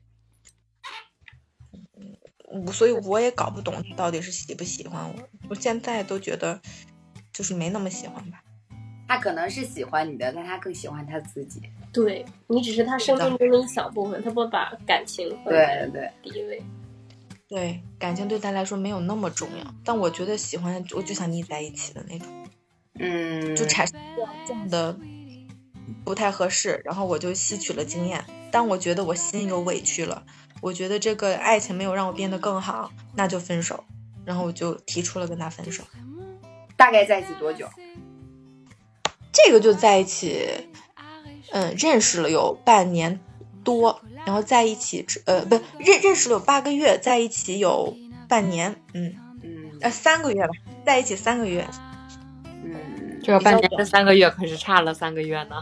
所以我也搞不懂他到底是喜不喜欢我，我现在都觉得就是没那么喜欢吧。 他可能是喜欢你的，但他更喜欢他自己。 对，你只是他生命中的一小部分，他不把感情放在第一位。 对，感情对他来说没有那么重要，但我觉得喜欢我就想腻在一起的那种，就产生这样的不太合适，然后我就吸取了经验。当我觉得我心有委屈了，我觉得这个爱情没有让我变得更好，那就分手，然后我就提出了跟他分手。 大概在一起多久？ 这个就在一起认识了有半年多，然后在一起认识了有8个月，在一起有半年，3个月吧，在一起3个月。 这半年跟3个月可是差了3个月呢。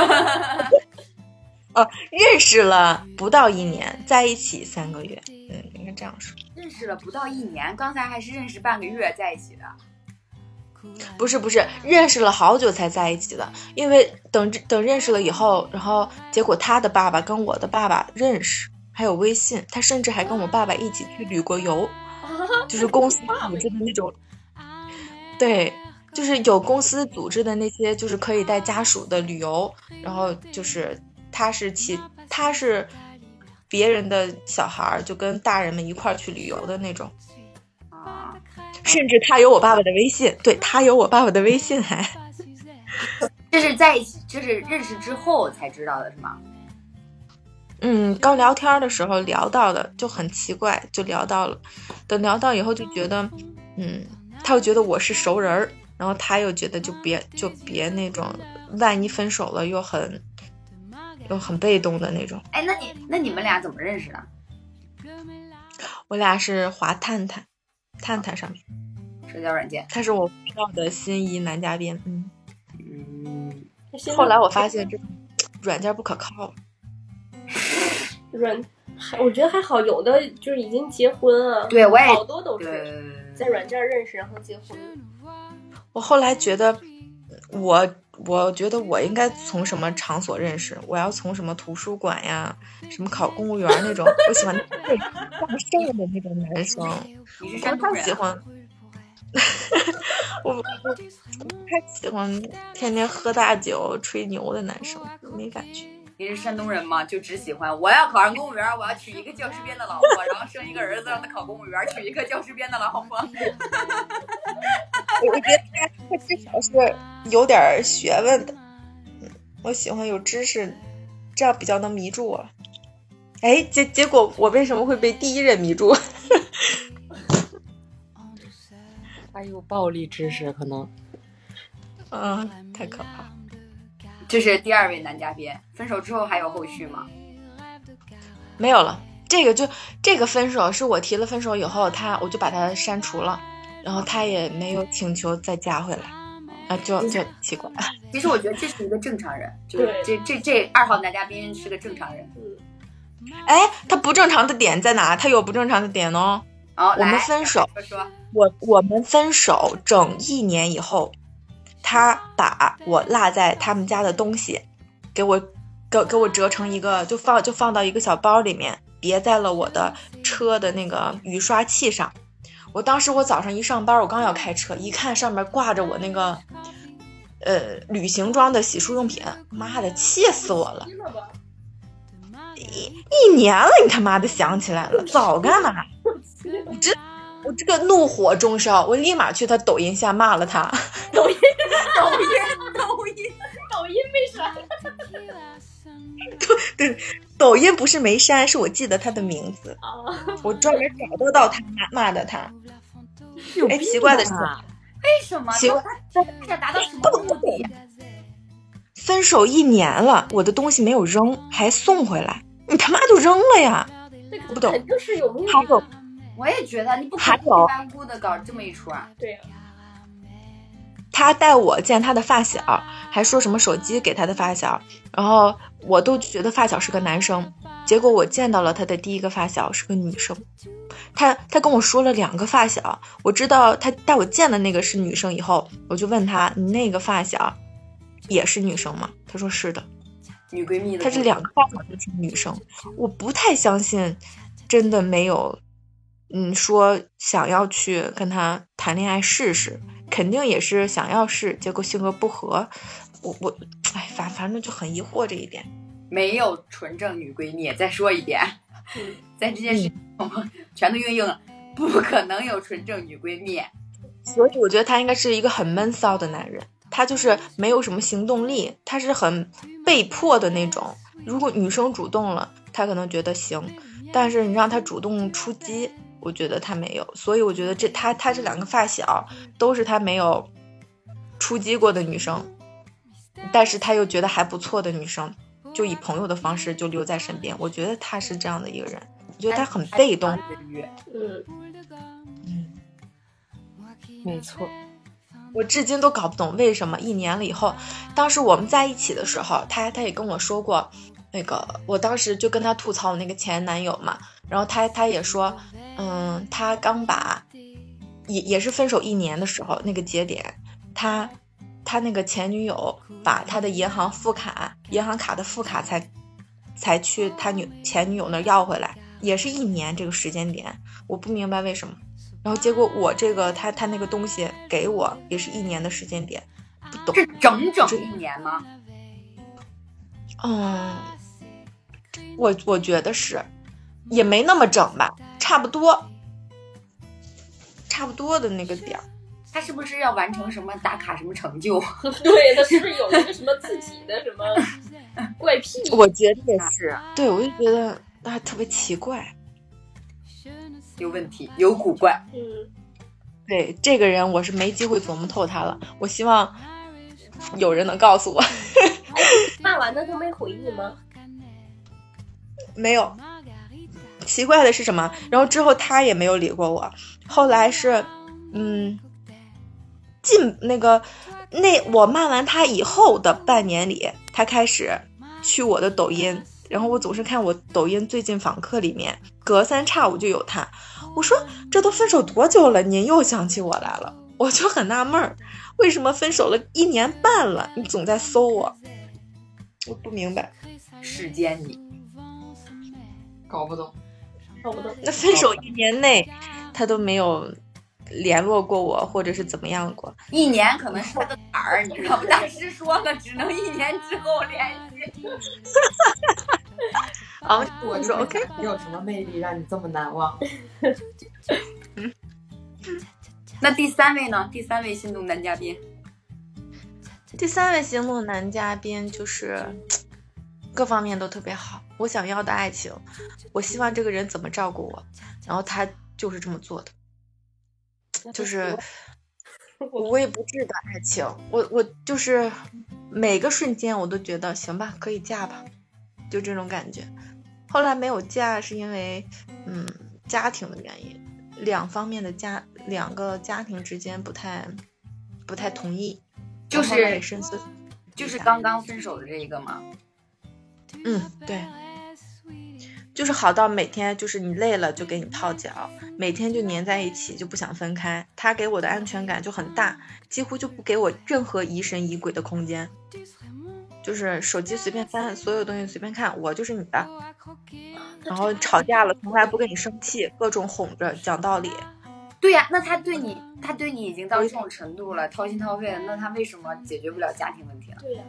认识了不到1年，在一起3个月，应该这样说。 认识了不到1年，刚才还是认识半个月在一起的。 不是，认识了好久才在一起的，因为等认识了以后，然后结果他的爸爸跟我的爸爸认识，还有微信，他甚至还跟我爸爸一起去旅过游，就是公司组织的那种，对，就是有公司组织的那些就是可以带家属的旅游，然后就是他是别人的小孩，就跟大人们一块去旅游的那种。甚至他有我爸爸的微信，对，他有我爸爸的微信还。 这是在一起，就是认识之后才知道的是吗？ 刚聊天的时候聊到的，就很奇怪，就聊到了。等聊到以后就觉得，他又觉得我是熟人，然后他又觉得就别那种，万一分手了又很被动的那种。 哎，那你们俩怎么认识的？ 我俩是滑探探上面社交软件， 他是我知道的心仪男嘉宾。后来我发现这软件不可靠。 我觉得还好，有的就是已经结婚了。 对，我也好多都是在软件认识然后结婚。 我后来觉得我觉得我应该从什么场所认识？我要从什么图书馆呀，什么考公务员那种，我喜欢大声的那种男生。 你是山东人？ 我太喜欢，我太喜欢天天喝大酒吹牛的男生，没感觉。 你是山东人吗？就只喜欢我要考上公务员，我要娶一个教师编的老婆，然后生一个儿子让他考公务员，娶一个教师编的老婆。 我觉得他至少是有点学问的，我喜欢有知识，这样比较能迷住我。哎，结果我为什么会被第一人迷住？ 他有暴力知识可能。 太可怕。 这是第2位男嘉宾，分手之后还有后续吗？ 没有了，这个分手是我提了分手以后，我就把他删除了，然后他也没有请求再加回来，就奇怪。 其实我觉得这是一个正常人，就是这2号男嘉宾是个正常人。 哎，他不正常的点在哪？他有不正常的点哦。我们分手，我们分手整1年以后，他把我落在他们家的东西给我折成一个，就放到一个小包里面，别在了我的车的那个雨刷器上。我当时我早上一上班，我刚要开车，一看上面挂着我那个旅行装的洗漱用品，妈的，气死我了！一年了，你他妈的想起来了，早干嘛？我这个怒火中烧，我立马去他抖音下骂了他。 抖音没删。 对，抖音不是没删，是我记得他的名字，我专门找得到他骂的他。哎，奇怪的是， 为什么？他想达到什么目的？ 分手1年了，我的东西没有扔，还送回来，你他妈就扔了呀！我不懂， 肯定是有目的。 还有， 我也觉得你不可能一般孤的搞这么一出啊。 对呀。 他带我见他的发小，还说什么手机给他的发小，然后我都觉得发小是个男生，结果我见到了他的第一个发小是个女生。他跟我说了2个发小，我知道他带我见的那个是女生以后，我就问他，你那个发小也是女生吗？他说是的， 女闺蜜的。 他这2个发小都是女生，我不太相信真的没有说想要去跟他谈恋爱试试，肯定也是想要试，结果性格不合，反正就很疑惑这一点。 没有纯正女闺蜜，再说一遍，在这件事情全都应了，不可能有纯正女闺蜜。 所以我觉得他应该是一个很闷骚的男人，他就是没有什么行动力，他是很被迫的那种。如果女生主动了，他可能觉得行，但是你让他主动出击，我觉得他没有。所以我觉得他这2个发小都是他没有出击过的女生，但是他又觉得还不错的女生，就以朋友的方式就留在身边。我觉得他是这样的一个人，我觉得他很被动。 没错。 我至今都搞不懂为什么1年了以后，当时我们在一起的时候，他也跟我说过，那个我当时就跟他吐槽我那个前男友嘛，然后他也说，他刚把也是分手1年的时候那个节点，他那个前女友把他的银行卡的副卡才去他前女友那要回来，也是1年这个时间点，我不明白为什么。然后结果我这个他那个东西给我也是1年的时间点，不懂。 是整1年吗？ 我觉得是，也没那么整吧，差不多的那个点儿。 他是不是要完成什么打卡什么成就？ 对，他是不是有一个什么自己的什么怪癖？ 我觉得也是，对，我就觉得他特别奇怪， 有问题，有古怪。 对，这个人我是没机会琢磨透他了，我希望有人能告诉我。 骂完的都没回你吗？ 没有。奇怪的是什么？然后之后他也没有理过我。后来是我骂完他以后的半年里，他开始去我的抖音，然后我总是看我抖音最近访客里面隔3差5就有他。我说这都分手多久了，您又想起我来了？ 我就很纳闷儿，为什么分手了1年半了，你总在搜我不明白。 世间你搞不懂。 那分手1年内他都没有联络过我，或者是怎么样过 ？1年可能是他的坎儿，你知道不？大师说了，只能1年之后联系。 我说 OK， 你有什么魅力让你这么难忘？ 那第3位呢？第3位心动男嘉宾。 第3位心动男嘉宾就是各方面都特别好，我想要的爱情，我希望这个人怎么照顾我，然后他就是这么做的，就是无微不至的爱情。我就是每个瞬间我都觉得行吧，可以嫁吧，就这种感觉。后来没有嫁是因为家庭的原因，两个家庭之间不太同意， 就是刚刚分手的这一个吗？ 对，就是好到每天就是你累了就给你泡脚，每天就黏在一起，就不想分开。他给我的安全感就很大，几乎就不给我任何疑神疑鬼的空间，就是手机随便翻，所有东西随便看，我就是你的。然后吵架了从来不跟你生气，各种哄着讲道理。 对呀，那他对你已经到这种程度了，掏心掏肺的，那他为什么解决不了家庭问题呢？ 对呀，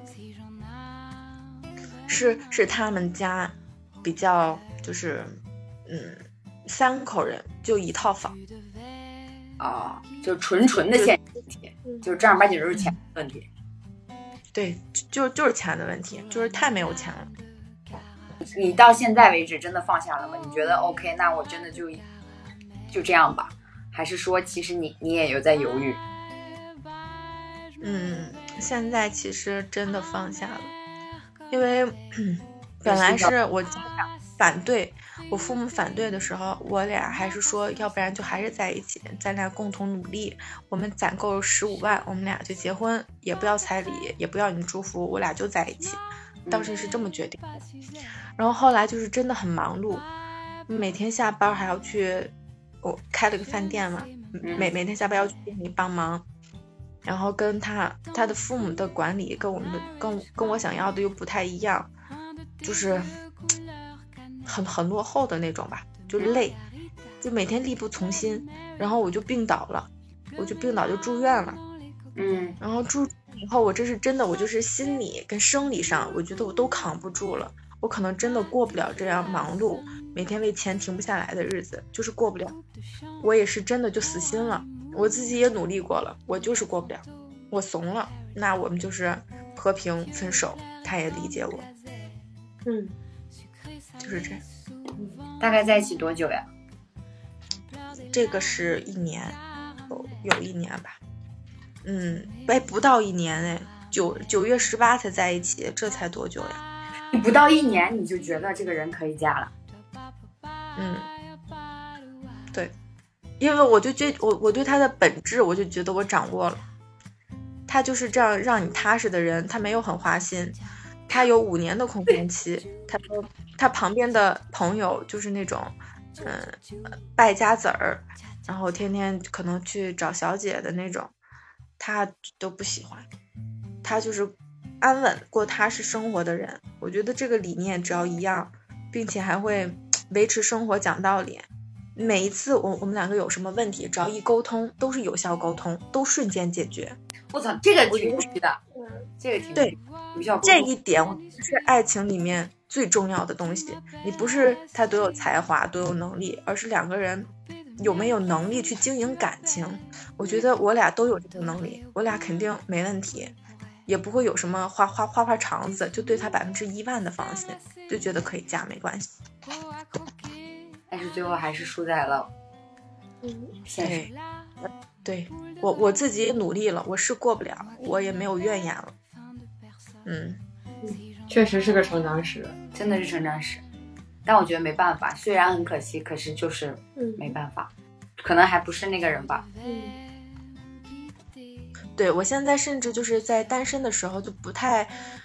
是他们家比较就是3口人就1套房啊，就纯的钱问题，就正儿八经就是钱问题。 对，就是钱的问题，就是太没有钱了。 你到现在为止真的放下了吗？你觉得 OK？ 那我真的就这样吧？还是说其实你也有在犹豫？ 现在其实真的放下了，因为本来是我家长反对，我父母反对的时候，我俩还是说要不然就还是在一起，咱俩共同努力，我们攒够15万，我们俩就结婚，也不要彩礼，也不要你祝福，我俩就在一起。当时是这么决定的。然后后来就是真的很忙碌，每天下班还要去，我开了个饭店嘛，每天下班要去店里帮忙，然后跟他的父母的管理跟我想要的又不太一样，就是很落后的那种吧，就累，就每天力不从心。然后我就病倒了，就住院了。然后住以后，我这是真的，我就是心理跟生理上，我觉得我都扛不住了，我可能真的过不了这样忙碌，每天为钱停不下来的日子，就是过不了。我也是真的就死心了，我自己也努力过了，我就是过不了，我怂了，那我们就是和平分手，他也理解我。就是这样。 大概在一起多久呀？ 这个是1年，有1年吧。不到1年哎，9月18才在一起，这才多久呀？ 你不到1年你就觉得这个人可以嫁了？ 对，因为我就觉得我对他的本质，我就觉得我掌握了。他就是这样让你踏实的人，他没有很花心，他有5年的空窗期。他说他旁边的朋友就是那种败家子儿，然后天天可能去找小姐的那种，他都不喜欢。他就是安稳过踏实生活的人，我觉得这个理念只要一样，并且还会维持生活讲道理，每一次我们2个有什么问题，只要一沟通都是有效沟通，都瞬间解决。 我操，这个挺牛逼的，这个挺对， 有效沟通。 这一点是爱情里面最重要的东西。你不是他多有才华多有能力，而是2个人有没有能力去经营感情。我觉得我俩都有这个能力，我俩肯定没问题，也不会有什么花肠子，就对他100%的放心，就觉得可以嫁没关系。 但是最后还是输在了现实。 对，我自己也努力了，我是过不了，我也没有怨言了。 确实是个成长史， 真的是成长史。但我觉得没办法，虽然很可惜，可是就是没办法，可能还不是那个人吧。 对，我现在甚至就是在单身的时候就不太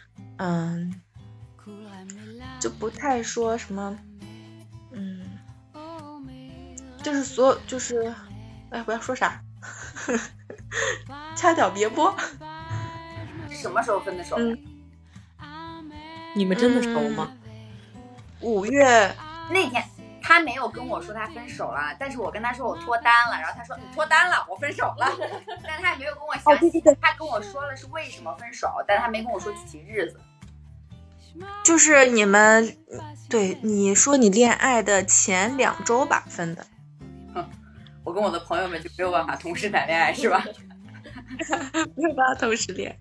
说什么就是我要说啥掐掉别播。 什么时候分的手的？ 你们真的熟吗 ？5月那天他没有跟我说他分手了，但是我跟他说我脱单了，然后他说你脱单了，我分手了，但他也没有跟我详细，他跟我说了是为什么分手，但他没跟我说具体日子。 就是你们，对，你说你恋爱的前2周吧分的。 我跟我的朋友们就没有办法同时谈恋爱是吧？ 没有办法同时恋。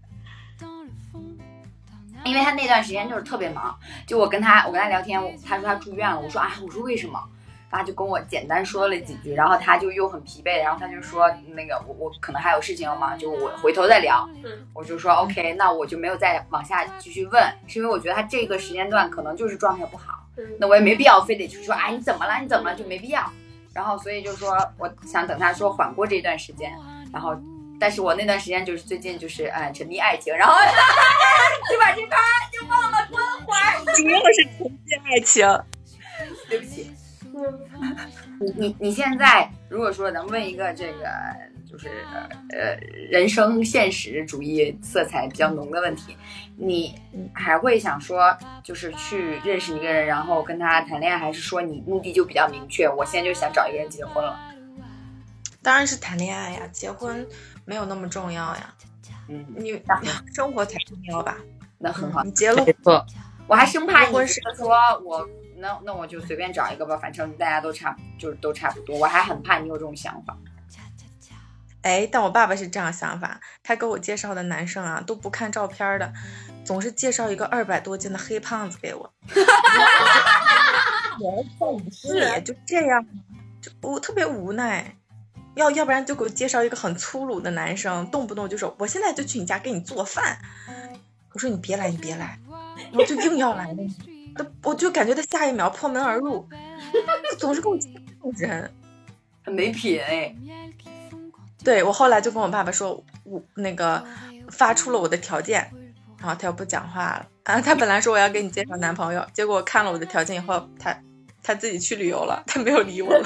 因为他那段时间就是特别忙，就我跟他聊天，他说他住院了，我说为什么？他就跟我简单说了几句，然后他就又很疲惫，然后他就说那个我可能还有事情要忙，就我回头再聊。我就说 OK， 那我就没有再往下继续问，是因为我觉得他这个时间段可能就是状态不好，那我也没必要非得去说你怎么了就没必要。然后所以就说我想等他说缓过这段时间，然后但是我那段时间就是最近就是沉迷爱情，然后就把这盘就忘了关怀， 主要是沉迷爱情。 对不起。你现在如果说咱们问一个这个就是人生现实主义色彩比较浓的问题，你还会想说就是去认识一个人然后跟他谈恋爱，还是说你目的就比较明确，我现在就想找一个人结婚了？ 当然是谈恋爱呀，结婚没有那么重要呀。你生活才重要吧？ 那很好， 你结了没错。 我还生怕你说我那我就随便找一个吧，反正大家都差不多，我还很怕你有这种想法。 但我爸爸是这样想法，他给我介绍的男生啊都不看照片的，总是介绍一个200多斤的黑胖子给我。我心里就这样，我特别无奈。要不然就给我介绍一个很粗鲁的男生，动不动就说我现在就去你家给你做饭。我说你别来，然后就硬要来了。我就感觉他下一秒破门而入，总是跟我介绍这种人， 很没品对，我后来就跟我爸爸说，我那个发出了我的条件，然后他又不讲话了他本来说我要给你介绍男朋友，结果我看了我的条件以后，他自己去旅游了，他没有理我了。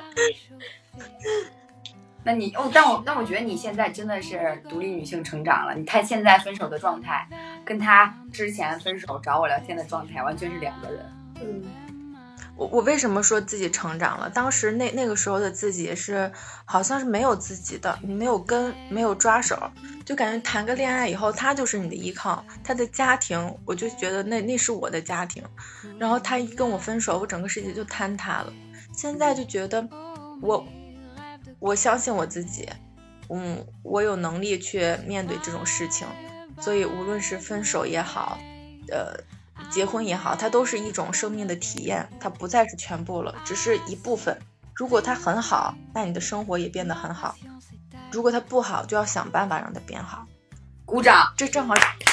那你但我觉得你现在真的是独立女性成长了。你看现在分手的状态，跟他之前分手找我聊天的状态完全是2个人。 我为什么说自己成长了？当时那个时候的自己是好像是没有自己的，你没有根，没有抓手，就感觉谈个恋爱以后，他就是你的依靠，他的家庭，我就觉得那是我的家庭。然后他一跟我分手，我整个世界就坍塌了。现在就觉得我相信我自己，我有能力去面对这种事情，所以无论是分手也好，结婚也好，它都是一种生命的体验，它不再是全部了，只是一部分。如果它很好，那你的生活也变得很好；如果它不好，就要想办法让它变好。 鼓掌！ 这正好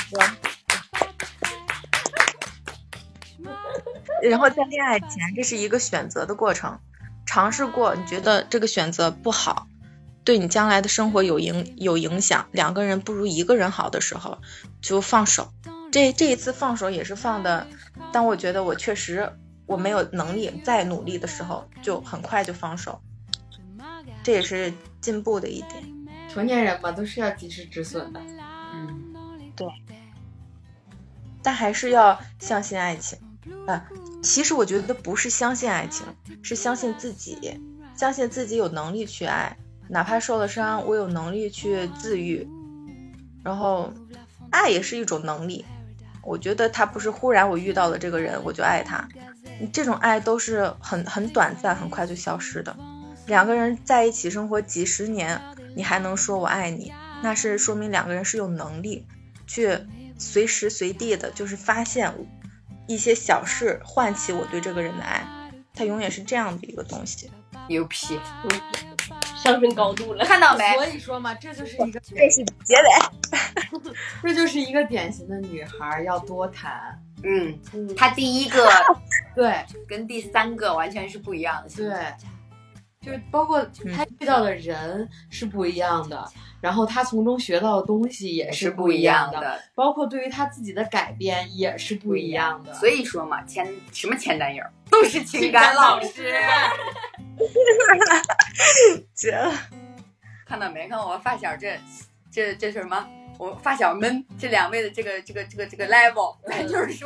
然后在恋爱前，这是一个选择的过程。尝试过，你觉得这个选择不好，对你将来的生活有影响，2个人不如1个人好的时候，就放手。这一次放手也是放的，当我觉得我确实我没有能力再努力的时候，就很快就放手。这也是进步的一点。 成年人嘛，都是要及时止损的。 对。但还是要相信爱情。其实我觉得不是相信爱情，是相信自己，相信自己有能力去爱，哪怕受了伤，我有能力去自愈。然后，爱也是一种能力。我觉得他不是忽然我遇到了这个人我就爱他，这种爱都是很短暂，很快就消失的。2个人在一起生活几十年，你还能说我爱你，那是说明2个人是有能力去随时随地的，就是发现一些小事唤起我对这个人的爱，它永远是这样的一个东西。 牛皮， 上升高度了， 看到没？ 所以说嘛，这就是一个这是结尾。 这就是一个典型的女孩要多谈。 她第一个对， 跟第3个完全是不一样的。 对，就是包括她遇到的人是不一样的，然后她从中学到的东西也是不一样的，包括对于她自己的改变也是不一样的。 所以说嘛，什么前男友都是情感老师。 绝了。 看到没？看我发小这是什么？我发小们这两位的这个 level， 咱就是说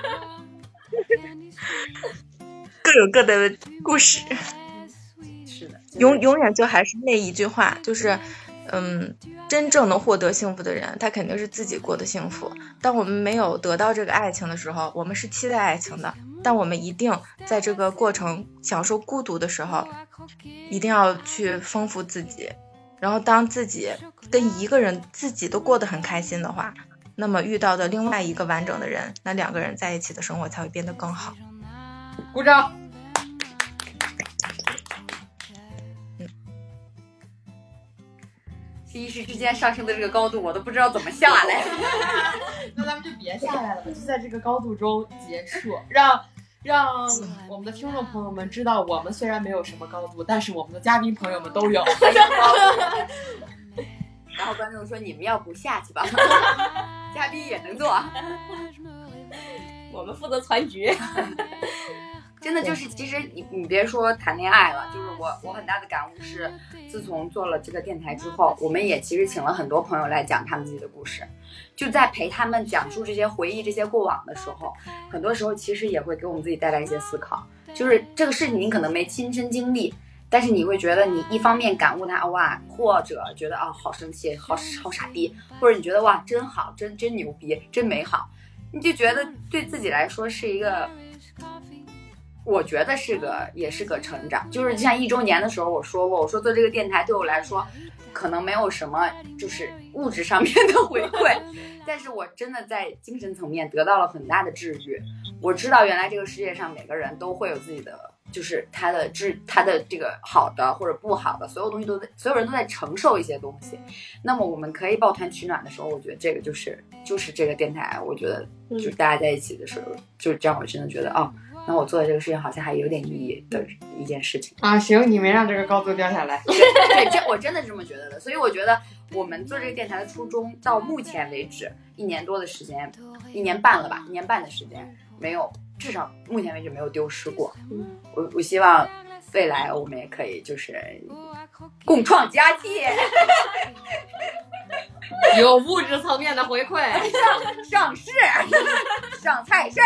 各有各的故事。 是的， 永远就还是那一句话，就是真正能获得幸福的人，他肯定是自己过得幸福。当我们没有得到这个爱情的时候，我们是期待爱情的，但我们一定在这个过程享受孤独的时候，一定要去丰富自己。然后当自己跟一个人自己都过得很开心的话，那么遇到的另外一个完整的人，那两个人在一起的生活才会变得更好。 鼓掌。一时之间上升的这个高度，我都不知道怎么下来。 那咱们就别下来了，就在这个高度中结束，让我们的听众朋友们知道，我们虽然没有什么高度，但是我们的嘉宾朋友们都有。 然后观众说：“你们要不下去吧，嘉宾也能做。” 我们负责传局。 真的就是，其实你别说谈恋爱了，就是我很大的感悟是，自从做了这个电台之后，我们也其实请了很多朋友来讲他们自己的故事，就在陪他们讲述这些回忆、这些过往的时候，很多时候其实也会给我们自己带来一些思考。就是这个事情你可能没亲身经历，但是你会觉得你一方面感悟它哇，或者觉得好生气、好傻逼，或者你觉得哇真好、真牛逼、真美好，你就觉得对自己来说是一个。我觉得也是个成长，就是像1周年的时候我说过，我说做这个电台对我来说可能没有什么就是物质上面的回馈，但是我真的在精神层面得到了很大的治愈。我知道原来这个世界上每个人都会有自己的，就是他的这个好的或者不好的，所有人都在承受一些东西。那么我们可以抱团取暖的时候，我觉得这个就是这个电台，我觉得就是大家在一起的时候，就是这样，我真的觉得那我做的这个事情好像还有点意义的一件事情啊！行，你没让这个高度掉下来。 对，我真的这么觉得的。所以我觉得我们做这个电台的初衷，到目前为止1年多的时间，1年半了吧，1年半的时间，没有，至少目前为止没有丢失过。我希望未来我们也可以就是共创佳绩， 有物质层面的回馈， 上市，上菜市。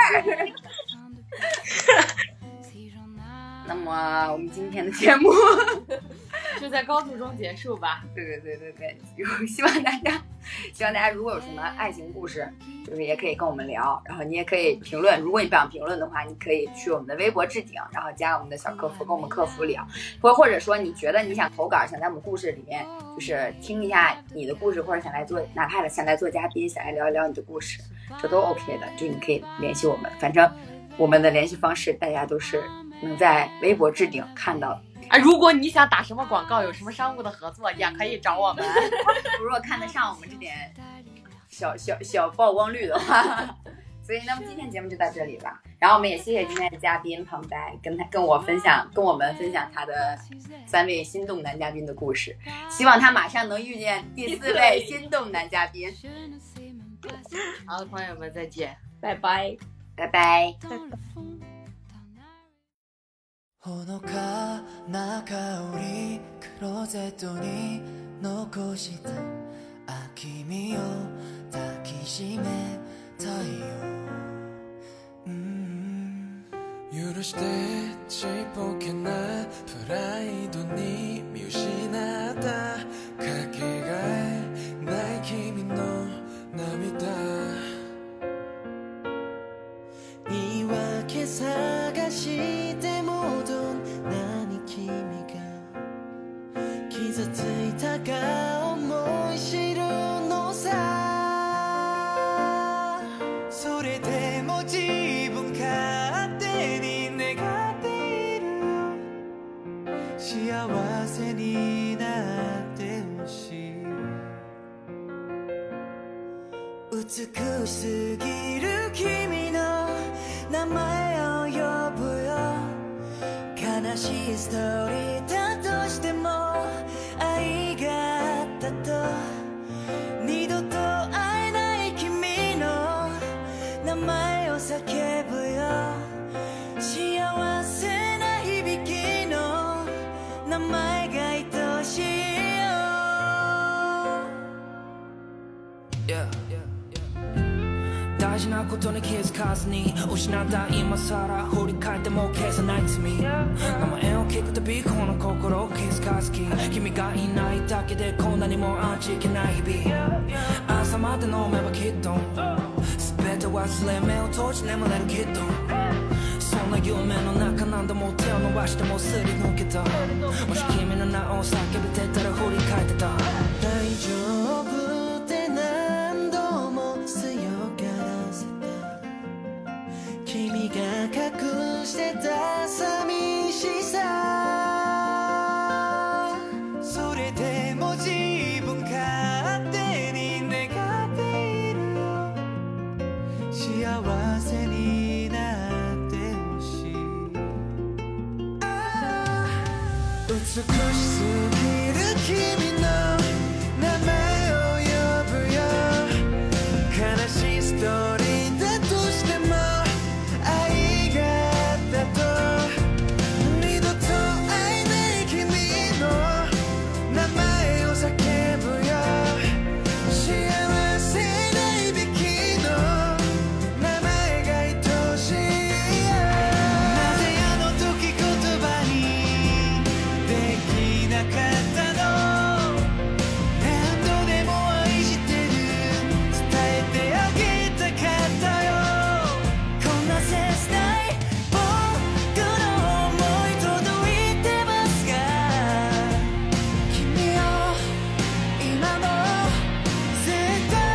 那么我们今天的节目就在高度中结束吧。 对，希望大家如果有什么爱情故事，就是也可以跟我们聊，然后你也可以评论。如果你不想评论的话，你可以去我们的微博置顶，然后加我们的小客服，跟我们客服聊。或者说你觉得你想投稿，想在我们故事里面就是听一下你的故事，或者想来做，哪怕想来做嘉宾，想来聊一聊你的故事，这都 OK 的。就你可以联系我们，反正我们的联系方式大家都是能在微博置顶看到的。 如果你想打什么广告，有什么商务的合作，也可以找我们。 如果看得上我们这点小曝光率的话，所以那么今天节目就到这里了。然后我们也谢谢今天的嘉宾旁白，跟我们分享他的3位心动男嘉宾的故事。希望他马上能遇见第4位心动男嘉宾。 好的，朋友们再见， 拜拜， 拜拜。 ほのかな香りクローゼットに残した君を抱きしめたいよ許してちっぽけなプライドに見失ったかけがえない君の涙言い訳探してもどんなに君が傷ついたか思い知るのさそれでも自分勝手に願っている幸せになってほしい美しすぎる君の名前を呼ぶよ悲しいストーリーだとしても愛があったと二度と会えない君の名前を叫ぶよ幸せな響きの名前が愛しいよことに気づかずに失った今さら振り返っても消せない罪名前を聞くたびこの心を気づかずき君がいないだけでこんなにも味気ない日々朝まで飲めばきっと全て忘れ目を閉じ眠れるきっとそんな夢の中何度も手を伸ばしてもすり抜けたもし君の名を叫べてたら振り返ってた大丈夫って何度も強がらせた君が隠してた寂しさそれでも自分勝手に願っているよ幸せになってほしい美しすぎる君の名前を呼ぶよ悲しいストーリーだとしても愛があったと二度と会えない君の名前を叫ぶよ幸せないべきの名前が愛しいなぜあの時言葉にできなかったの何度でも愛してる伝えてあげたかったよこんな切ない僕の想い届いてますが君を今も絶対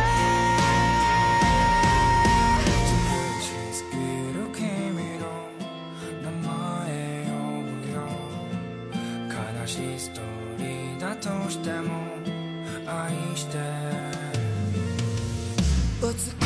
美しすぎる君の名前呼ぶよ悲しいストーリーだとしても愛して美